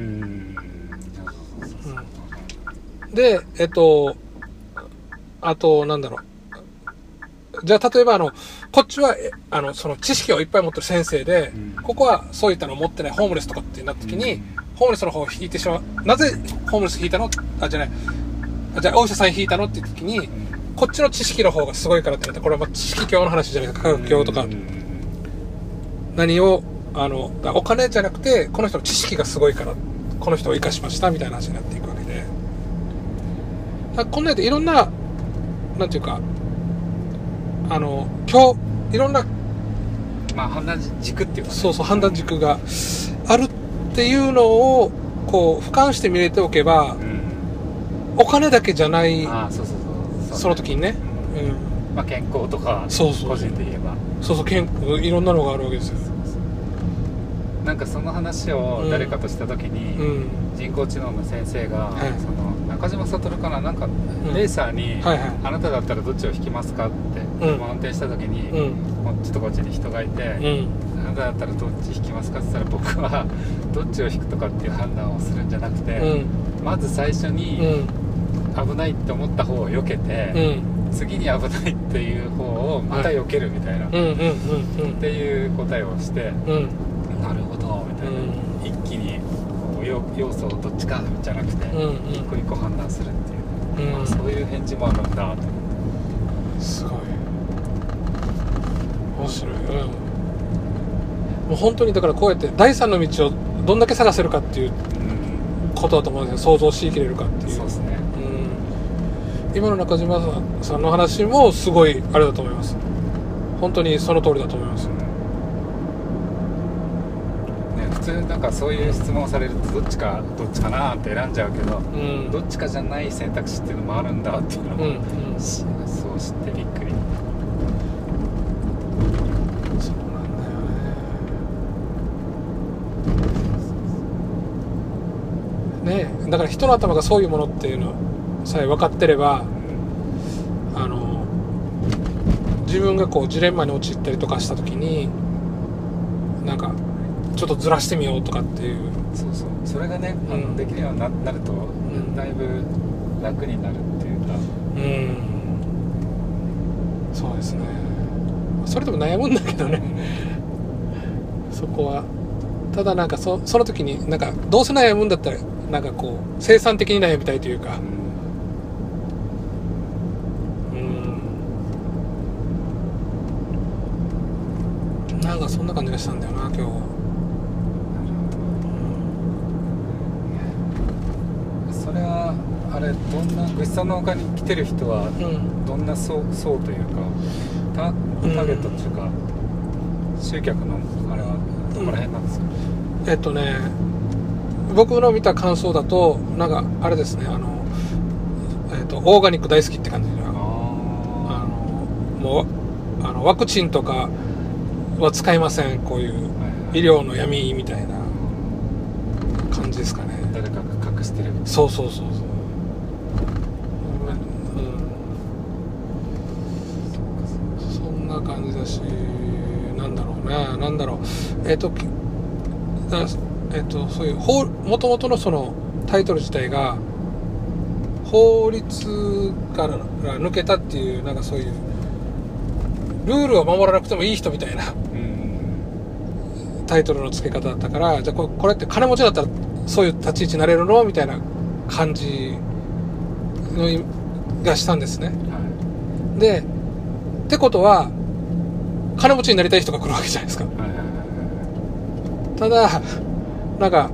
であとなんだろう、じゃあ例えばこっちはその知識をいっぱい持ってる先生で、ここはそういったのを持ってないホームレスとかってなった時に、ホームレスの方を引いてしまう。なぜホームレス引いたの？じゃあお医者さん引いたのって言った時に、こっちの知識の方がすごいからって言ったら、これは知識教の話じゃないですか。科学教とか、何をお金じゃなくてこの人の知識がすごいからこの人を生かしましたみたいな話になっていくわけで、こんなでいろんななんていうかいろんな判断軸っていうか、ね、 そう判断軸があるっていうのをこう俯瞰して見れておけば、お金だけじゃないその時にね、 健康とか個人で言えばいろんなのがあるわけですよ。 なんかその話を誰かとした時に、人工知能の先生が、その中島悟かな、なんかレーサーに、あなただったらどっちを引きますかって車を運転した時に、こっちとこっちに人がいて、あなただったらどっち引きますかって言ったら、僕はどっちを引くとかっていう判断をするんじゃなくて、まず最初に危ないって思った方を避けて、次に危ないっていう方をまた避けるみたいな、っていう答えをして、なるほどみたいな、一気に要素をどっちかじゃなくて、一個一個判断するっていう、そういう返事もあるんだと思って。 すごい面白い。もう本当にだからこうやって第三の道をどんだけ探せるかっていうことだと思うんですよ。想像しきれるかっていう。 そうですね。 今の中島さんの話もすごいあれだと思います。本当にその通りだと思います。 普通なんかそういう質問されるとどっちかなって選んじゃうけど、どっちかじゃない選択肢っていうのもあるんだっていうのも、そう知ってびっくり。 そうなんだよね。ね、だから人の頭がそういうものっていうのさえ分かってれば、自分がこうジレンマに陥ったりとかした時になんかちょっとずらしてみようとかっていう、 それがね、できるようになると、だいぶ楽になるっていうか、 そうですね。それでも悩むんだけどねそこはただなんかその時になんかどうせ悩むんだったらなんかこう生産的に悩みたいというか、なんかそんな感じがしたんだよな今日。 それはあれ、どんなぐっさんの他に来てる人はどんな層というか、ターゲットっていうか、集客のあれはどこら辺なんですか？ 僕の見た感想だとなんかあれですね、オーガニック大好きって感じで、もうワクチンとかは使いません、こういう医療の闇みたいな感じですかね。 誰かが隠してる。 そう、そんな感じだし、なんだろう、そういう元々のそのタイトル自体が法律から抜けたっていう、なんかそういうルールを守らなくてもいい人みたいなタイトルの付け方だったから、じゃあこれって金持ちだったらそういう立ち位置になれるのみたいな感じのがしたんですね。でってことは金持ちになりたい人が来るわけじゃないですか。ただなんか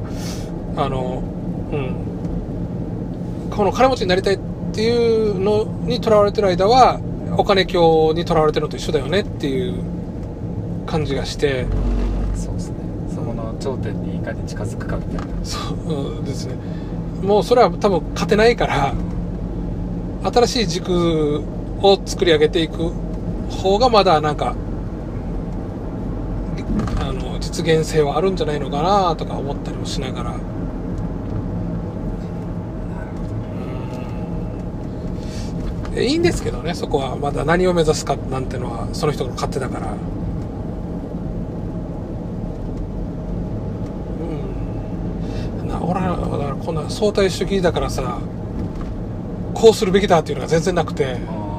この金持ちになりたいっていうのにとらわれてる間はお金教にとらわれてるのと一緒だよねっていう感じがして、 そうですね、そこの頂点にいかに近づくかみたいな。 そうですね。もうそれは多分勝てないから、新しい軸を作り上げていく方がまだなんか実現性はあるんじゃないのかなとか思ったりもしながら、 いいんですけどね、そこはまだ何を目指すかなんてのはその人の勝手だから。俺はだからこんな相対主義だからさ、こうするべきだっていうのが全然なくて、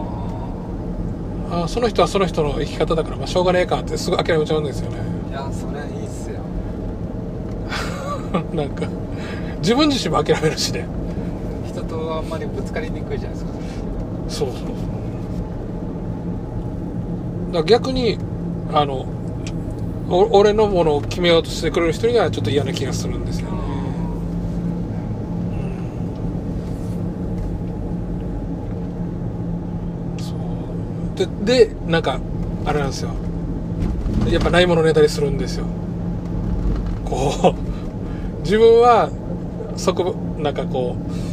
その人はその人の生き方だから、しょうがねえかってすぐ諦めちゃうんですよね。 いや、それはいいっすよ。 なんか自分自身も諦めるしね。 人とあんまりぶつかりにくいじゃないですか。 そうそう。だから逆に俺のものを決めようとしてくれる人にはちょっと嫌な気がするんですよね。でなんかあれなんですよ、やっぱないものねだりするんですよ。こう自分はなんかこ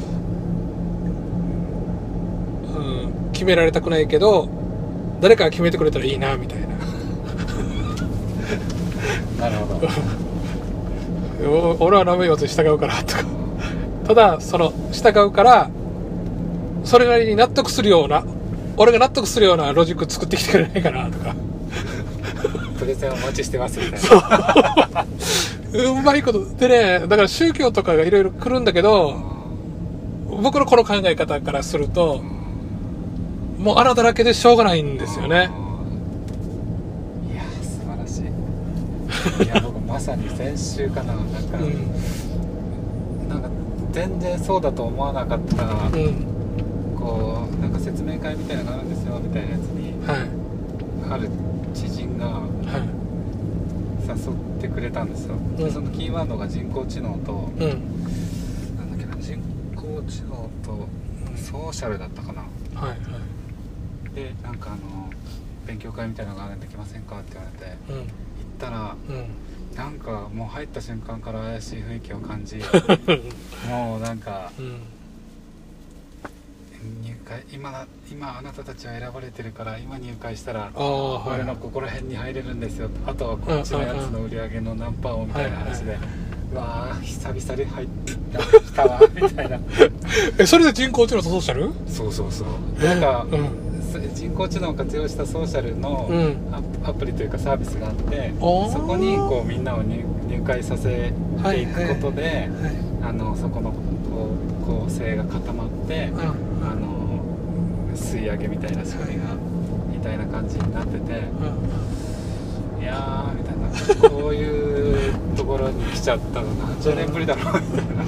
う、決められたくないけど誰かが決めてくれたらいいなみたいな。 なるほど。俺は何も言わずに従うからとか、ただその従うからそれなりに納得するような、俺が納得するようなロジック作ってきてくれないかなとか。 プレゼンお待ちしてますみたいな。 うまいことでね、だから宗教とかがいろいろ来るんだけど、僕のこの考え方からすると、もう穴だらけでしょうがないんですよね。 いや素晴らしい。いや僕まさに先週かな、なんか全然そうだと思わなかった、こうなんか説明会みたいなのがあるんですよみたいなやつに、ある知人が誘ってくれたんですよ。でそのキーワードが人工知能と、なんだっけな、人工知能とソーシャルだったかな。でなんか勉強会みたいなのがあるんで来ませんかって言われて、行ったら、なんかもう入った瞬間から怪しい雰囲気を感じもうなんか、入会今あなたたちは選ばれてるから今入会したら俺のここら辺に入れるんですよ、あとはこっちのやつの売り上げの何パーをみたいな話で、うわー久々に入ってきたわみたいな。 それで人工知能とソーシャル？ そうそうそう。なんか、人工知能を活用したソーシャルのアプリというかサービスがあって、そこにこうみんなを入会させていくことで、そこの構成が固まって、吸い上げみたいな仕組みがみたいな感じになってて、いやーみたいな、こういうところに来ちゃったの何十年ぶりだろうみたいな。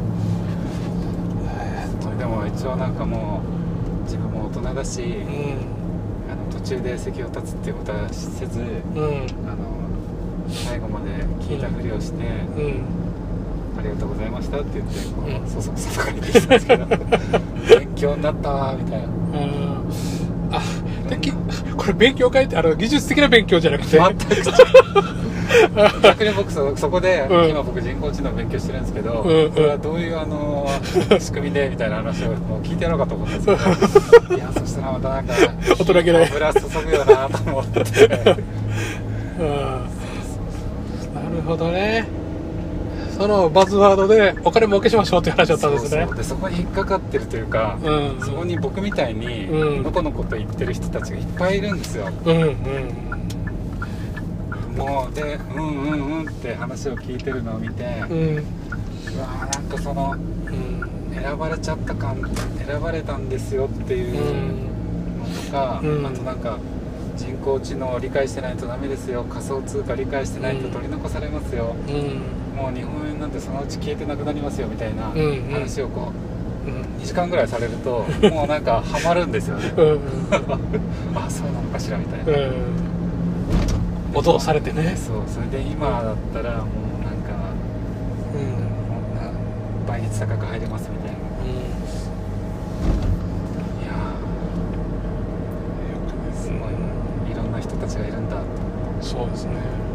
でも一応なんかもう自分も大人だし、途中で席を立つっていうことはせず、最後まで聞いたふりをして、ありがとうございましたって言ってこうそそくさと帰ってきたんですけど勉強になったわみたいな。 これ勉強会って技術的な勉強じゃなくて全く逆に僕そこで、今僕人工知能勉強してるんですけど、これはどういう仕組みでみたいな話をもう聞いてやろうかと思ったんですけどいやそしたらまたなんか大人げない油注ぐよなと思ってなるほどね。そのバズワードでお金儲けしましょうって話だったんですね。 でそこに引っかかってるというか、そこに僕みたいにのこのこと言ってる人たちがいっぱいいるんですよ。もうでって話を聞いてるのを見て、うわなんかその、選ばれちゃった感、選ばれたんですよっていうのとか、あとなんか人工知能を理解してないとダメですよ、仮想通貨理解してないと取り残されますよ、もう日本円なんてそのうち消えてなくなりますよみたいな話をこう、2時間ぐらいされるともうなんかハマるんですよね。あ、そうなのかしらみたいな、 脅されてね。 そう、それで今だったらもうなんか、倍率高く入れますみたいな、いやすごいいろんな人たちがいるんだ。 そうですね。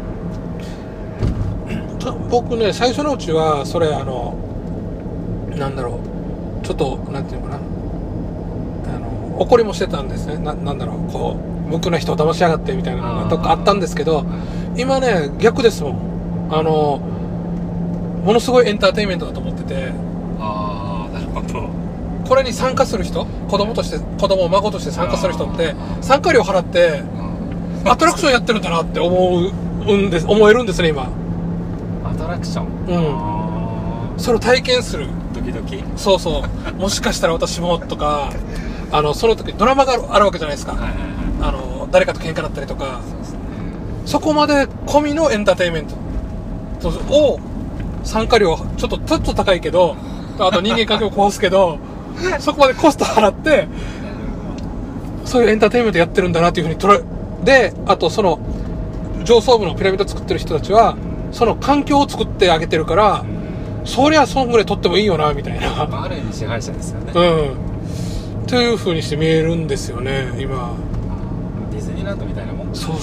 僕ね、最初のうちはそれなんだろう、ちょっとなんていうのかな、怒りもしてたんですね。なんだろう、こう無垢な人を騙しやがってみたいなのがどっかあったんですけど、今ね逆ですもん。ものすごいエンターテインメントだと思ってて。 なるほど。 これに参加する人、子供孫として参加する人って参加料払ってアトラクションやってるんだなって思えるんですね今。 アトラクション、 それを体験する。 ドキドキ。 そうそうもしかしたら私もとかその時ドラマがあるわけじゃないですか、誰かと喧嘩だったりとか、そこまで込みのエンターテインメントを参加料ちょっと高いけど、あと人間関係を壊すけどそこまでコスト払ってそういうエンターテインメントやってるんだなっていうふうにで、あとその上層部のピラミッド作ってる人たちはその環境を作ってあげてるから、そりゃそんぐらい取ってもいいよなみたいな、 ある意味支配者ですよね。 という風にして見えるんですよね今。 ディズニーランドみたいなもん。 そう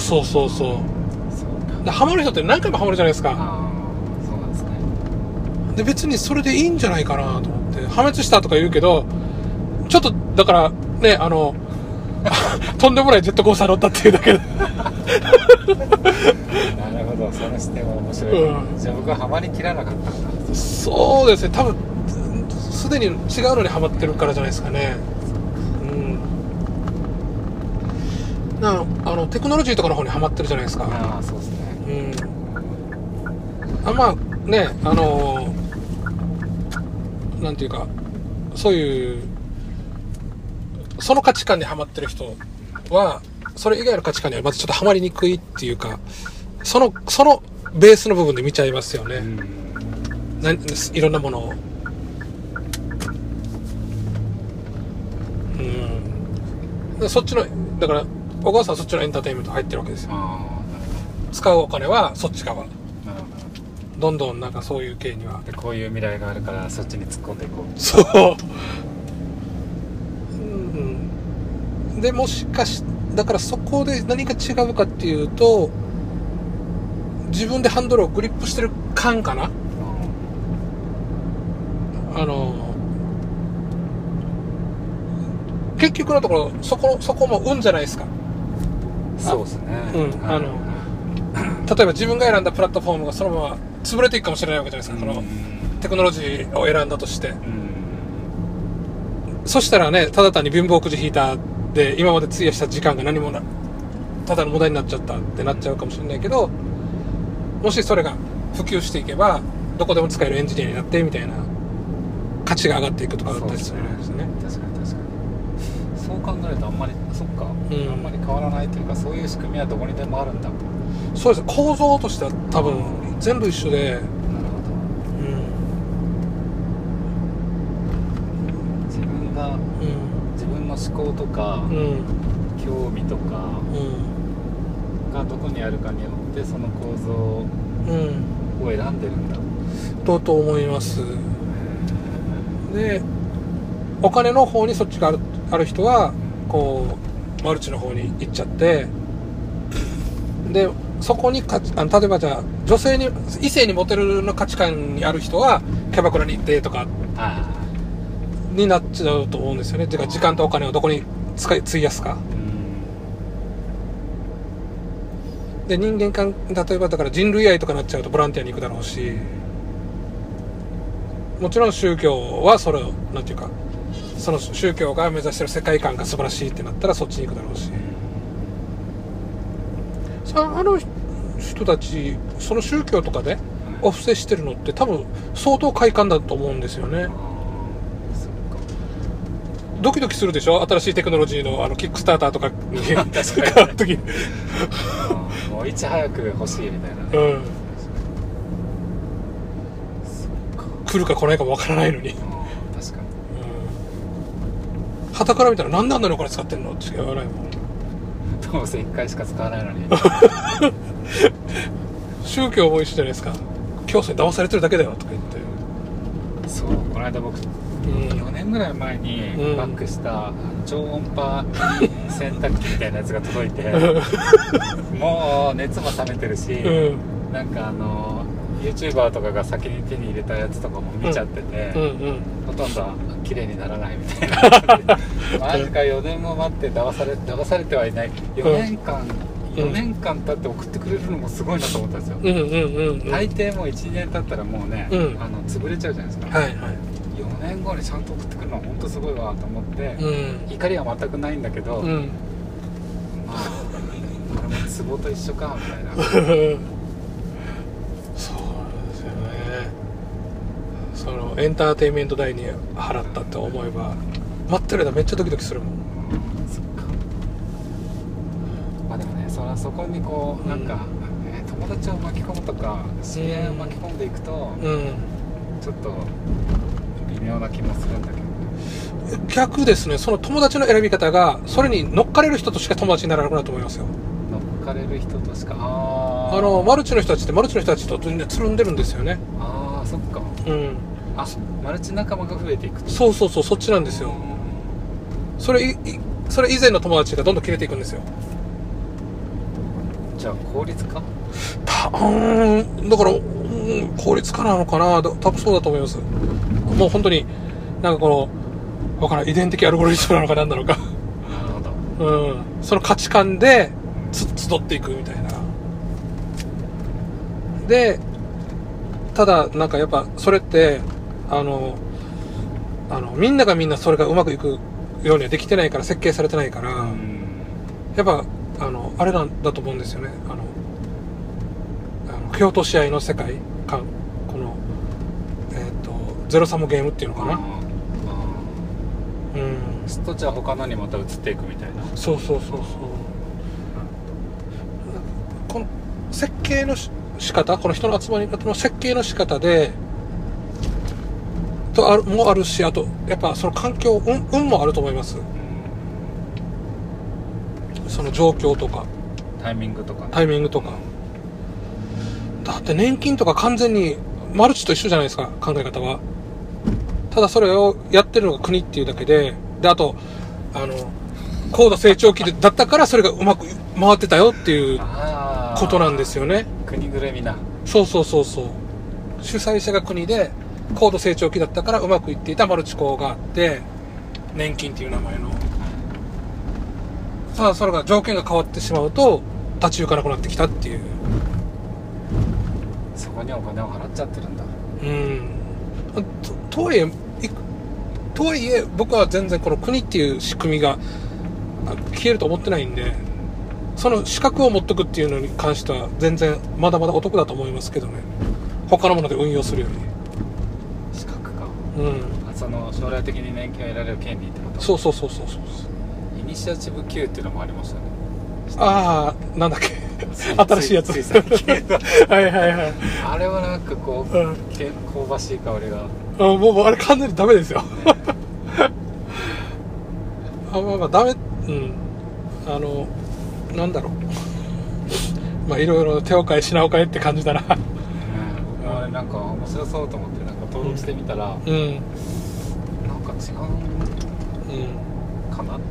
ハマる人って何回もハマるじゃないですか。 そうなんですね。 で別にそれでいいんじゃないかなと思って、破滅したとか言うけどちょっとだからねとんでもないジェットコースター乗ったっていうだけでなるほど、その視点は面白い、じゃあ僕はハマりきらなかったんだ。 そうですね、多分すでに違うのにハマってるからじゃないですかね。テクノロジーとかの方にハマってるじゃないですか。 そうですね。 まあねなんていうかそういうその価値観にハマってる人はそれ以外の価値観にはまずちょっとハマりにくいっていうか、そのベースの部分で見ちゃいますよね、いろんなものを。そっちのだから小川さんはそっちのエンターテインメント入ってるわけですよ。使うお金はそっち側。どんどんなんかそういう系にはでこういう未来があるからそっちに突っ込んでいこう。 そう、でもしかしだからそこで何か違うかっていうと、自分でハンドルをグリップしてる感かな。結局のところそこも運じゃないですか。 そうですね。 例えば自分が選んだプラットフォームがそのまま潰れていくかもしれないわけじゃないですか、このテクノロジーを選んだとして、そしたらね、ただ単に貧乏くじ引いたで今まで費やした時間が何もただの無駄になっちゃったってなっちゃうかもしれないけど、もしそれが普及していけばどこでも使えるエンジニアになってみたいな価値が上がっていくとかあったりするんですね。 確かにそう考えるとあんまりそっか、あんまり変わらないというか、そういう仕組みはどこにでもあるんだ。 そうです。構造としては多分全部一緒で。なるほど。 自分の思考とか、興味とかがどこにあるかによってその構造を選んでるんだ。 と思います。で、お金の方にそっちがある人はこうマルチの方に行っちゃって、でそこに例えばじゃあ女性に異性にモテるの価値観にある人はキャバクラに行ってとかになっちゃうと思うんですよね。てか時間とお金をどこに費やすか。で人間関例えばだから人類愛とかなっちゃうとボランティアに行くだろうし、もちろん宗教はそれをなんていうか、その宗教が目指してる世界観が素晴らしいってなったらそっちに行くだろうし、あの人たちその宗教とかでお布施してるのって多分相当快感だと思うんですよね。ドキドキするでしょ、新しいテクノロジーのキックスターターとかに使う時もういち早く欲しいみたいな、 来るか来ないかもわからないのに、 確かに、 傍から見たらなんであんなにお金使ってんのって言わないもん。 どうせ1回しか使わないのに宗教も一緒じゃないですか。教祖に騙されてるだけだよとか言って。 そう、この間僕4年ぐらい前にバックした超音波洗濯機みたいなやつが届いてもう熱も冷めてるし、なんかYouTuber とかが先に手に入れたやつとかも見ちゃってて、ほとんど綺麗にならないみたいなマジか4年も待って騙されてはいない。4年間経って送ってくれるのもすごいなと思ったんですよ。大抵もう1年経ったらもうね、潰れちゃうじゃないですか。4年分後にちゃんと送ってくるのは本当すごいわと思って、怒りは全くないんだけど、まあこれもツボと一緒かみたいなそうですよね。そのエンターテインメント代に払ったって思えば待ってる間めっちゃドキドキするもん。 そっか。まあでもね、そこにこうなんか、友達を巻き込むとか知り合いを巻き込んでいくと、ちょっと微妙な気もするんだけど。 逆ですね。その友達の選び方がそれに乗っかれる人としか友達にならなくなると思いますよ。 乗っかれる人としか。 マルチの人たちってマルチの人たちと全然つるんでるんですよね。 ああ、そっか。マルチ仲間が増えていく。 そうそっちなんですよ。それ以前の友達がどんどん切れていくんですよ。 じゃあ効率化？ だから効率化なのかな。多分そうだと思います。もう本当になんかこのわからん、遺伝的アルゴリズムなのか何なのか。 なるほど。 その価値観で集っていくみたいな。で、ただなんかやっぱそれってみんながみんなそれがうまくいくようにはできてないから、設計されてないから、やっぱあれなんだと思うんですよね。京都試合の世界観、このゼロサムゲームっていうのかな。 すっとじゃあ他のにまた移っていくみたいな。 そうこの設計の仕方、この人の集まり方の設計の仕方でもあるし、あとやっぱその環境、運もあると思います。その状況とかタイミングとか。 だって年金とか完全にマルチと一緒じゃないですか、考え方は。ただそれをやってるのが国っていうだけで、あと高度成長期だったからそれがうまく回ってたよっていうことなんですよね。 国ぐるみな。 そう主催者が国で高度成長期だったからうまくいっていたマルチ校があって、年金っていう名前の。ただそれが条件が変わってしまうと立ち行かなくなってきたっていう。 そこにお金を払っちゃってるんだ。 とはいえ僕は全然この国っていう仕組みが消えると思ってないんで、その資格を持っとくっていうのに関しては全然まだまだお得だと思いますけどね。他のもので運用するより。 資格か。その将来的に年金を得られる権利ってこと。 そうイニシアチブ Q っていうのもありましたね。 なんだっけ新しいやつ。はいあれはなんかこう、香ばしい香りが。 もうあれ完全にダメですよ。ダメ。なんだろう。いろいろ手を変え品を変えって感じだな。 あれなんか面白そうと思ってなんか登録してみたら、なんか違うかなって。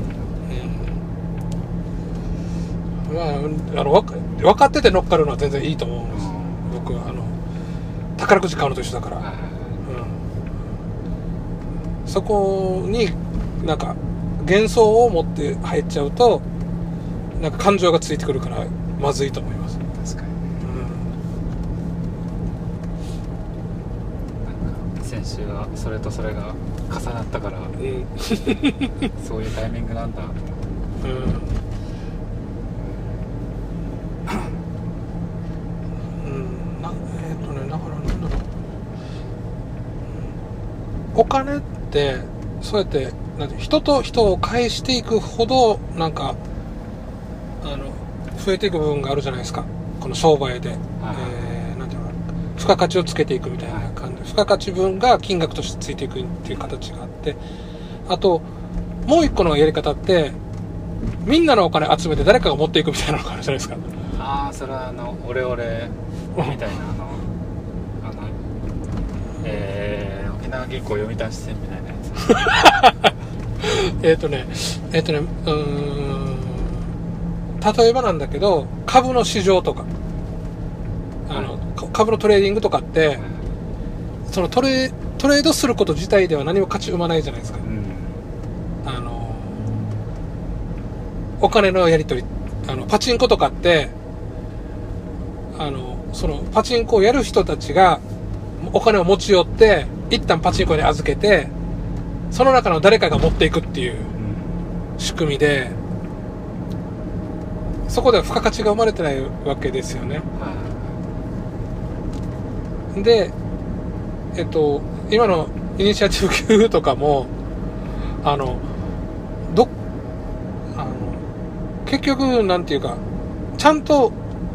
分かってて乗っかるのは全然いいと思うんです。僕は宝くじ買うのと一緒だから、そこになんか幻想を持って入っちゃうとなんか感情がついてくるからまずいと思います。 確かに。なんか先週はそれとそれが重なったから、そういうタイミングなんだと思って。 だからなんだろう、お金ってそうやって人と人を返していくほどなんか増えていく部分があるじゃないですか、この商売で。なんていうの、付加価値をつけていくみたいな感じで、付加価値分が金額としてついていくっていう形があって、あともう一個のやり方ってみんなのお金集めて誰かが持っていくみたいなのがあるじゃないですか。 それはオレオレみたいな沖縄銀行読み出し線みたいなやつ。 例えばなんだけど、株の市場とか株のトレーディングとかって、そのトレードすること自体では何も価値生まないじゃないですか。お金のやり取り、パチンコとかってそのパチンコをやる人たちがお金を持ち寄って一旦パチンコに預けてその中の誰かが持っていくっていう仕組みで、そこでは付加価値が生まれてないわけですよね。で今のイニシアチブ級とかも結局なんていうかちゃんと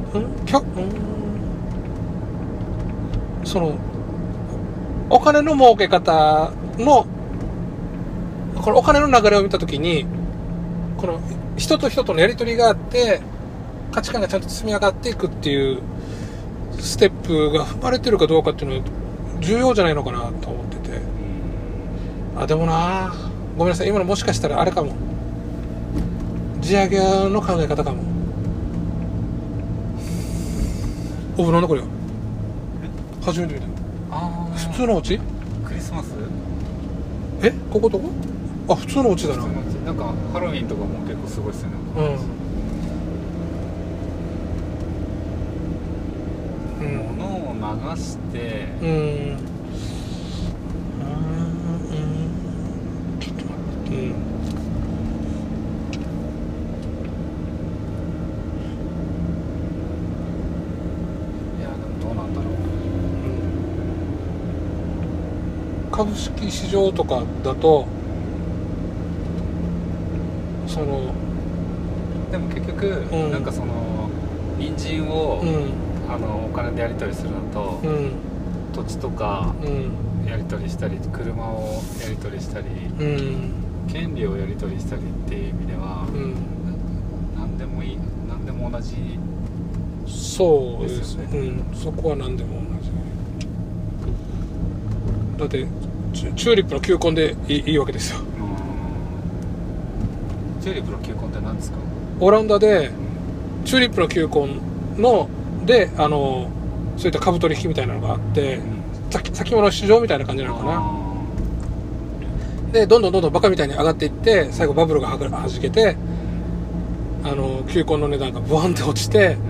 そのお金の儲け方のこのお金の流れを見たときにこの人と人とのやり取りがあって価値観がちゃんと積み上がっていくっていうステップが踏まれてるかどうかっていうのは重要じゃないのかなと思ってて、でもなごめんなさい今のもしかしたらあれかも地上げの考え方かも。おぶなんだこれ初めて見た。普通のお家クリスマスここどこ普通のお家だな。 なんかハロウィンとかも結構すごいっすよね。物を流してちょっと待っていやでもどうなんだろう。 株式市場とかだとでも結局、なんかその人参を、お金でやり取りするのと、土地とかやり取りしたり、車をやり取りしたり、権利をやり取りしたりっていう意味では、何でもいい、何でも同じですよね。 そうですね。そこは何でも同じ。だってチューリップの球根でいいわけですよ。 チューリップの球根って何ですか？ オランダでチューリップの球根のでそういった株取引みたいなのがあって、先物市場みたいな感じなのかな。でどんどんバカみたいに上がっていって最後バブルがはじけて球根の値段がブワンって落ちて、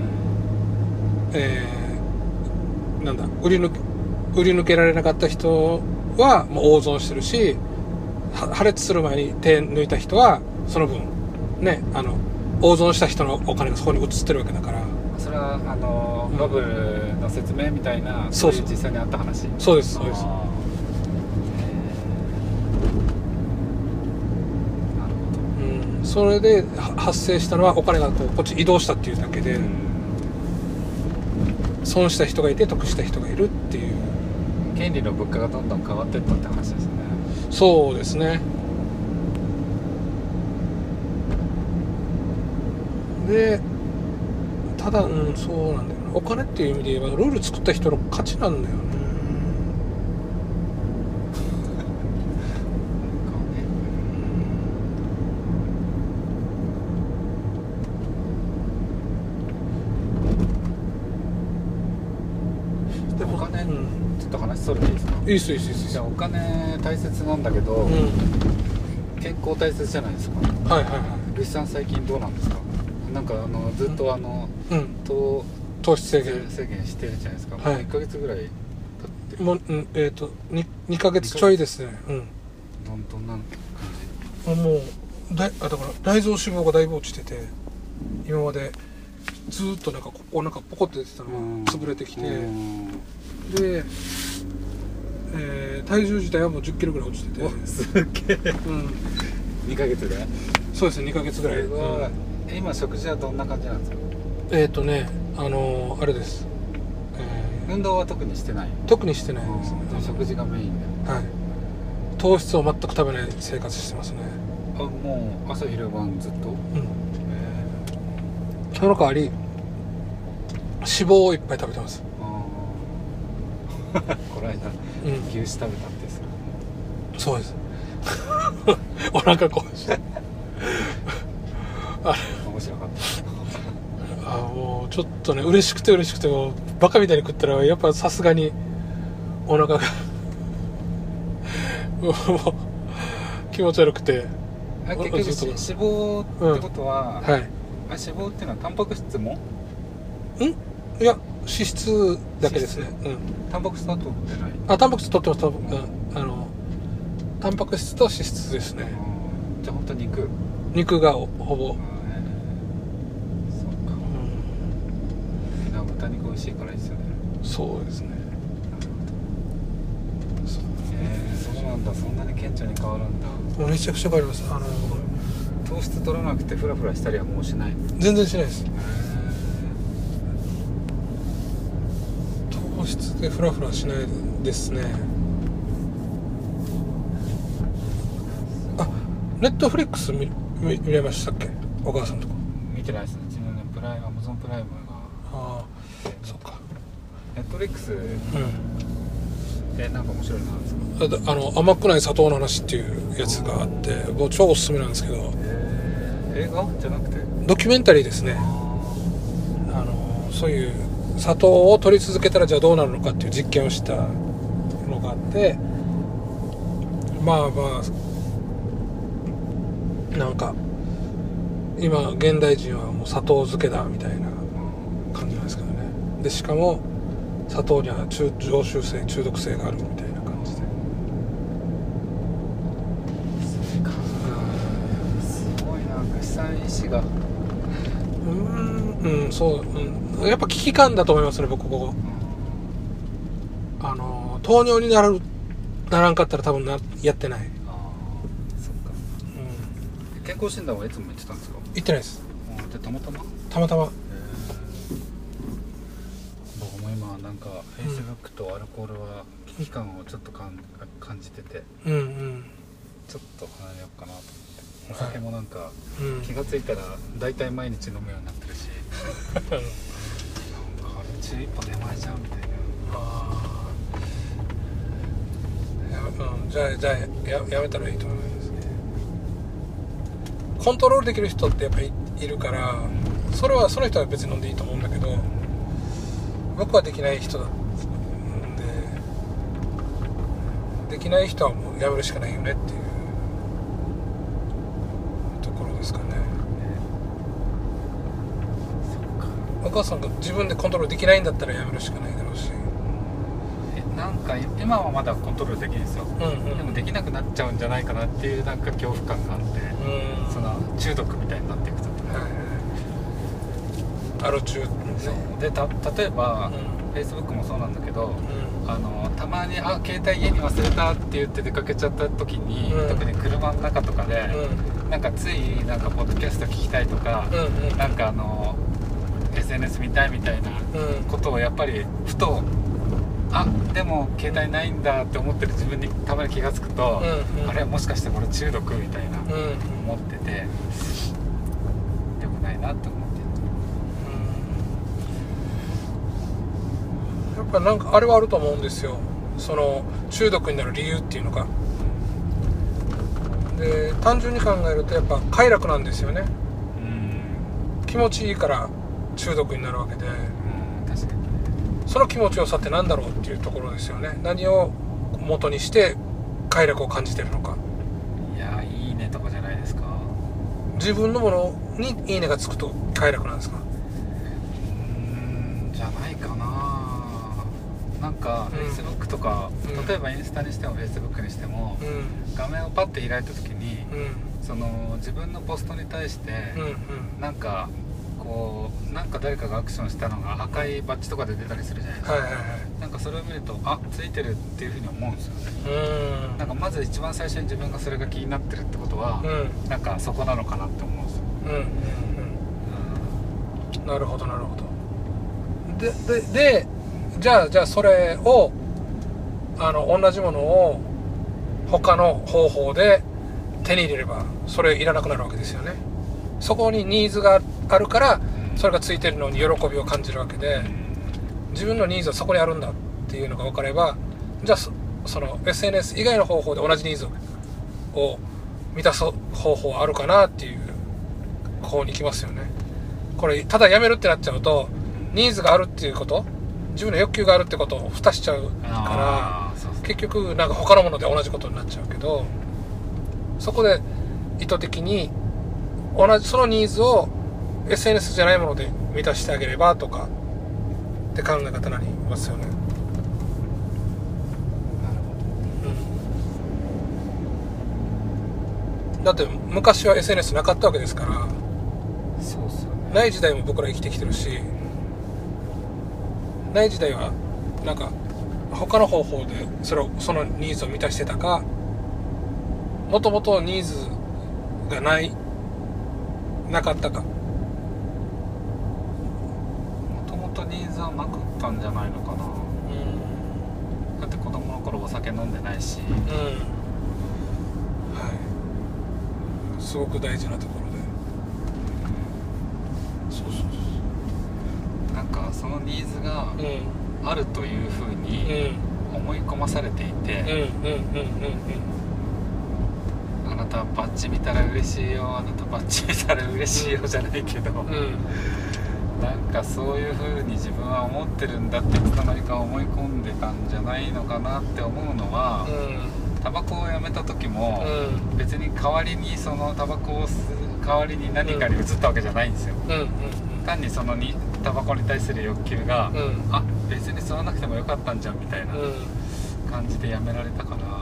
なんだ売り抜けられなかった人はもう大損してるし、破裂する前に手抜いた人はその分ね大損した人のお金がそこに移ってるわけだから。 それはバブルの説明みたいな、そういう実際にあった話。 そうですそうです。 なるほど。 それで発生したのはお金がこっち移動したっていうだけで、損した人がいて得した人がいるっていう。 権利の物価がどんどん変わっていったって話ですね。 そうですね。でただそうなんだよな。お金っていう意味で言えばルール作った人の価値なんだよね。 でもお金、ちょっと話それていいですか？ いいっすいいっすいいっす。 じゃあお金大切なんだけど、健康大切じゃないですか。 はいはいはい。 ルイさん最近どうなんですか？なんかずっと糖質制限してるじゃないですか。 はい、 もう1ヶ月ぐらい経ってる。 もう2ヶ月ちょいですね。 どんな感じ？もうだから内臓脂肪がだいぶ落ちてて、今までずっとなんかここなんかポコって出てたのが潰れてきて、で、体重自体はもう10キロぐらい落ちてて。 すげえ。2ヶ月で？ そうですね、2ヶ月ぐらい。 今食事はどんな感じなんですか？ あれです。 運動は特にしてない？ 特にしてないですね。 食事がメインで。 はい。糖質を全く食べない生活してますね。 もう朝昼晩ずっと？ その代わり脂肪をいっぱい食べてます。 この間、牛脂食べたんですよ。 そうです。お腹壊して面白かった。 もうちょっとね嬉しくてもバカみたいに食ったらやっぱさすがにお腹がもう気持ち悪くて。 結局脂肪ってことは、 はい。 脂肪っていうのはタンパク質も？ いや脂脂質だけですね。 タンパク質は取ってない？ タンパク質取ってます。タンパク質と脂質ですね。 じゃあ本当に肉がほぼ。 そうか。豚肉美味しいからいいですよね。 そうですね。 そうなんだ。そんなに顕著に変わるんだ。 めちゃくちゃ変わります。 糖質取らなくてフラフラしたりはもうしない？ 全然しないです。糖質でフラフラしないですね。ネットフリックス見れましたっけ？お母さんとか見てないですね。自分のアマゾンプライムが。 そっか。 ネットフリックス、なんか面白いなんですか？ 甘くない砂糖の話っていうやつがあって、もう超おすすめなんですけど。 映画じゃなくてドキュメンタリーですね。そういう砂糖を取り続けたらじゃあどうなるのかっていう実験をしたのがあって、なんか今現代人はもう砂糖漬けだみたいな感じなんですけどね。でしかも砂糖には常習性中毒性があるみたいな感じで。 すごいなんか悲惨意志がやっぱ危機感だと思いますね。僕ここ糖尿にならんかったら多分やってない。 そっか。健康診断はいつも行ってたんですか？ 行ってないです。 でたまたま僕も今なんか Facebook とアルコールは危機感をちょっと感じてて、ちょっと離れようかなと思って。お酒もなんか、気がついたら大体毎日飲むようになってるしなんか中一歩手前じゃんみたいな。 じゃあやめたらいいと思いますね。コントロールできる人ってやっぱりいるから、その人は別に飲んでいいと思うんだけど、僕はできない人なんで、できない人はもうやめるしかないよねっていうところですかね。お母さんが自分でコントロールできないんだったらやめるしかないだろうし。 なんか今はまだコントロールできるんですよ、でもできなくなっちゃうんじゃないかなっていうなんか恐怖感があって、その中毒みたいになっていくと、 アル中で例えば、Facebook もそうなんだけど、たまに携帯家に忘れたって言って出かけちゃった時に、特に車の中とかで、なんかついなんかポッドキャスト聞きたいとか、なんかSNS 見たいみたいなことをやっぱりふとでも携帯ないんだって思ってる自分にたまに気がつくと、あれもしかしてこれ中毒みたいな思ってて、でもないなって思ってやっぱなんかあれはあると思うんですよ。その中毒になる理由っていうのが。で単純に考えるとやっぱ快楽なんですよね。気持ちいいから中毒になるわけで、 確かにその気持ちよさって何だろうっていうところですよね。何を元にして快楽を感じてるのか。 いやいいねとかじゃないですか。 自分のものにいいねがつくと快楽なんですか？ じゃないかな。なんか Facebook とか、例えばインスタにしても Facebook にしても、画面をパッて開いた時に、その自分のポストに対して、なんかこうなんか誰かがアクションしたのが赤いバッジとかで出たりするじゃないですか、なんかそれを見るとついてるっていうふうに思うんですよね。なんかまず一番最初に自分がそれが気になってるってことは、なんかそこなのかなって思うんですよ。 なるほどなるほど。でじゃあそれを同じものを他の方法で手に入れればそれいらなくなるわけですよね。そこにニーズがあるからそれがついてるのに喜びを感じるわけで、自分のニーズはそこにあるんだっていうのが分かれば、じゃあその SNS 以外の方法で同じニーズを満たす方法はあるかなっていう方に行きますよね。これただやめるってなっちゃうとニーズがあるっていうこと、自分の欲求があるってことを蓋しちゃうから、結局なんか他のもので同じことになっちゃうけど、そこで意図的にそのニーズを SNS じゃないもので満たしてあげればとかっって考え方になりますよね。だって昔は SNS なかったわけですから。 そうっすよね。 ない時代も僕ら生きてきてるし、ない時代はなんか他の方法でそのニーズを満たしてたか、もともとニーズがなかったか。 もともとニーズはなかったんじゃないのかな。だって子供の頃お酒飲んでないし。 すごく大事なところで、 なんかそのニーズがあるというふうに思い込まされていて、あなたバッジ見たら嬉しいよ、あなたバッジ見たら嬉しいよじゃないけど、なんかそういうふうに自分は思ってるんだっていつの間にか思い込んでたんじゃないのかなって思うのは、タバコをやめた時も、別に代わりにそのタバコを吸う代わりに何かに移ったわけじゃないんですよ。単にそのタバコに対する欲求が、あ、別に吸わなくてもよかったんじゃんみたいな感じでやめられたから、ま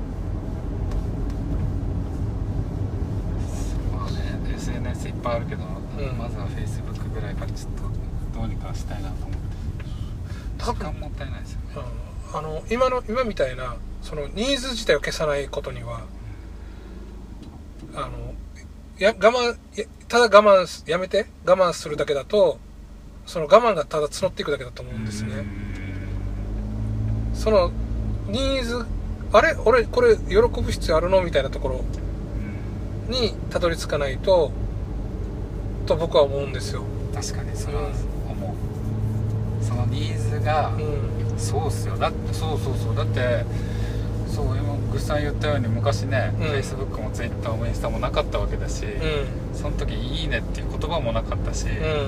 あね SNS いっぱいあるけど、まずは Facebook ぐらいからちょっとどうにかしたいなと思って。時間もったいないですよね。 今みたいなそのニーズ自体を消さないことには、ただ我慢やめて我慢するだけだと、その我慢がただ募っていくだけだと思うんですね。そのニーズ、あれ俺これ喜ぶ必要あるのみたいなところにたどり着かないと僕は思うんですよ。 確かにそれは思う。そのニーズが、そうっすよ。だってそうだって今グッさん言ったように昔ね、Facebook も Twitter もインスタもなかったわけだし、その時いいねっていう言葉もなかったし、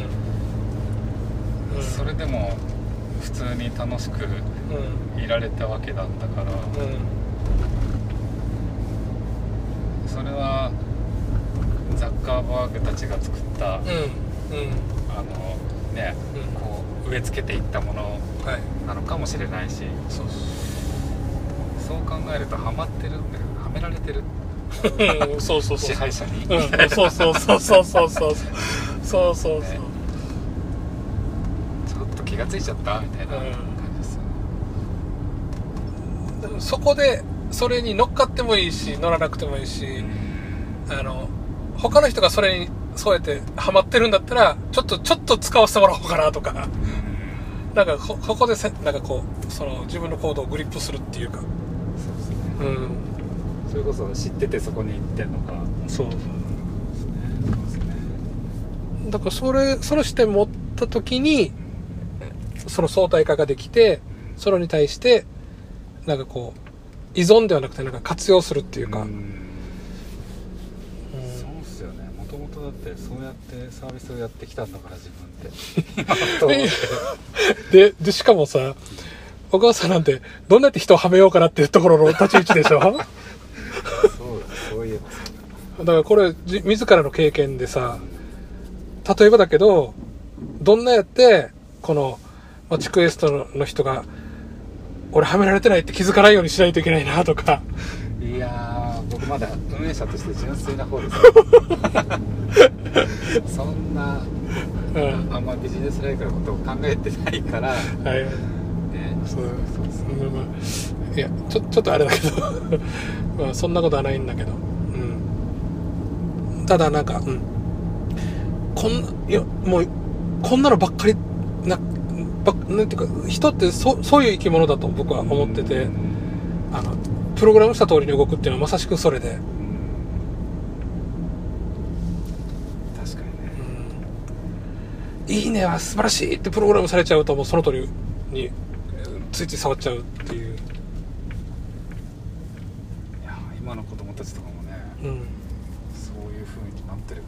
それでも普通に楽しくいられたわけだったから、それはザッカーバーグたちが作った、こう植え付けていったものなのかもしれないし、そう考えるとハマってるんだよ、はめられてる支配者に、 そうちょっと気がついちゃったみたいな感じです。 そこでそれに乗っかってもいいし乗らなくてもいいし、他の人がそれにそうやってハマってるんだったらちょっと使わせてもらおうかなとか、なんかここでなんかこうその自分の行動をグリップするっていうか、 それこそ知っててそこに行ってんのか。 だからその視点持った時にその相対化ができて、それに対してなんかこう依存ではなくてなんか活用するっていうか、 そうっすよね。もともとだってそうやってサービスをやってきたんだから自分ってでしかもさ、お母さんなんてどんなやって人をはめようかなっていうところの立ち位置でしょそういえばだからこれ自らの経験でさ、例えばだけどどんなやってこのチクエストの人が俺はめられてないって気づかないようにしないといけないなとか。 いや僕まだ運営者として純粋な方ですそんな、あんまビジネスライクのことを考えてないから、 いやちょっとあれだけどまあそんなことはないんだけど、ただなんか、もうこんなのばっかりなんていうか、人ってそういう生き物だと僕は思ってて、プログラムした通りに動くっていうのはまさしくそれで、 確かにね、いいねは素晴らしいってプログラムされちゃうともうその通りについつい触っちゃうっていう。 いや今の子供たちとかもね、そういう風になってる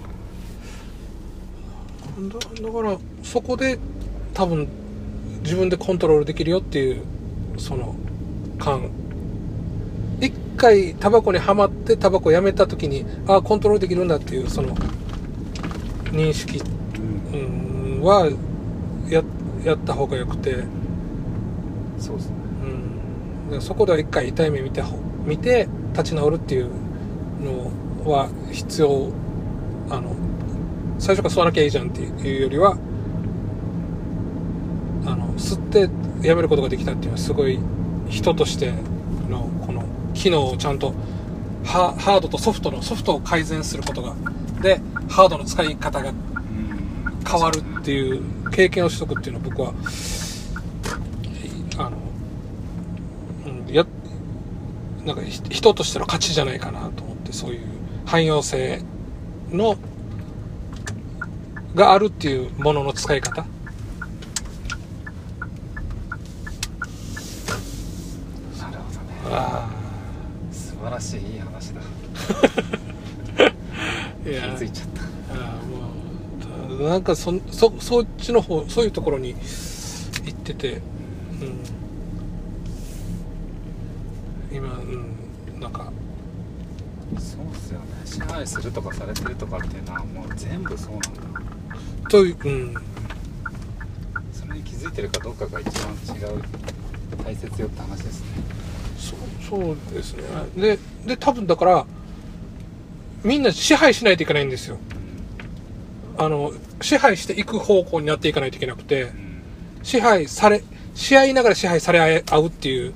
からだからそこで多分自分でコントロールできるよっていうその感、一回タバコにはまってタバコやめた時にコントロールできるんだっていうその認識はやった方がよくて、 そうですね、 そこでは一回痛い目見て立ち直るっていうのは必要。最初から吸わなきゃいいじゃんっていうよりは、吸ってやめることができたっていうのはすごい人としてのこの機能をちゃんとハードとソフトを改善することがで、ハードの使い方が変わるっていう経験をしとくっていうのは僕はなんか人としての価値じゃないかなと思って、そういう汎用性のがあるっていうものの使い方。 なるほどね。素晴らしい、いい話だ。気づいちゃった。 もうなんかそっちの方、そういうところに行ってて、今、なんかそうっすよね。支配するとかされてるとかっていうのはもう全部そうなんだという、 それに気づいてるかどうかが一番違う、大切よって話ですね。 そうですね。で多分だからみんな支配しないといけないんですよ。支配していく方向になっていかないといけなくて、し合いながら支配され合うっていう、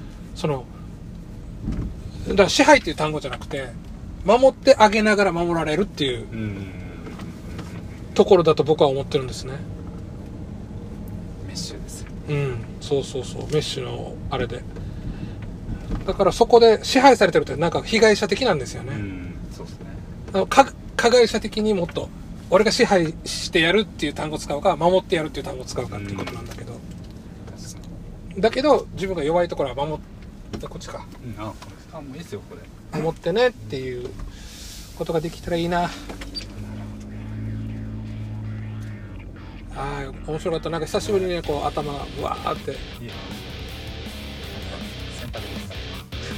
だから支配っていう単語じゃなくて、守ってあげながら守られるっていうところだと僕は思ってるんですね。 メッシュですよ。 そうメッシュのあれで、だからそこで支配されてるってなんか被害者的なんですよね。 そうですね。 加害者的にもっと俺が支配してやるっていう単語を使うか、守ってやるっていう単語を使うかっていうことなんだけど、だけど自分が弱いところは守って、こっちか、 もういいですよこれ。 守ってねっていうことができたらいいな。面白かった。なんか久しぶりにこう頭がうわーって。いい選択できた。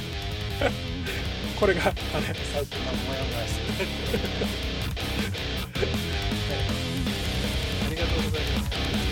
これが最近のモヤモヤする。 ありがとうございます。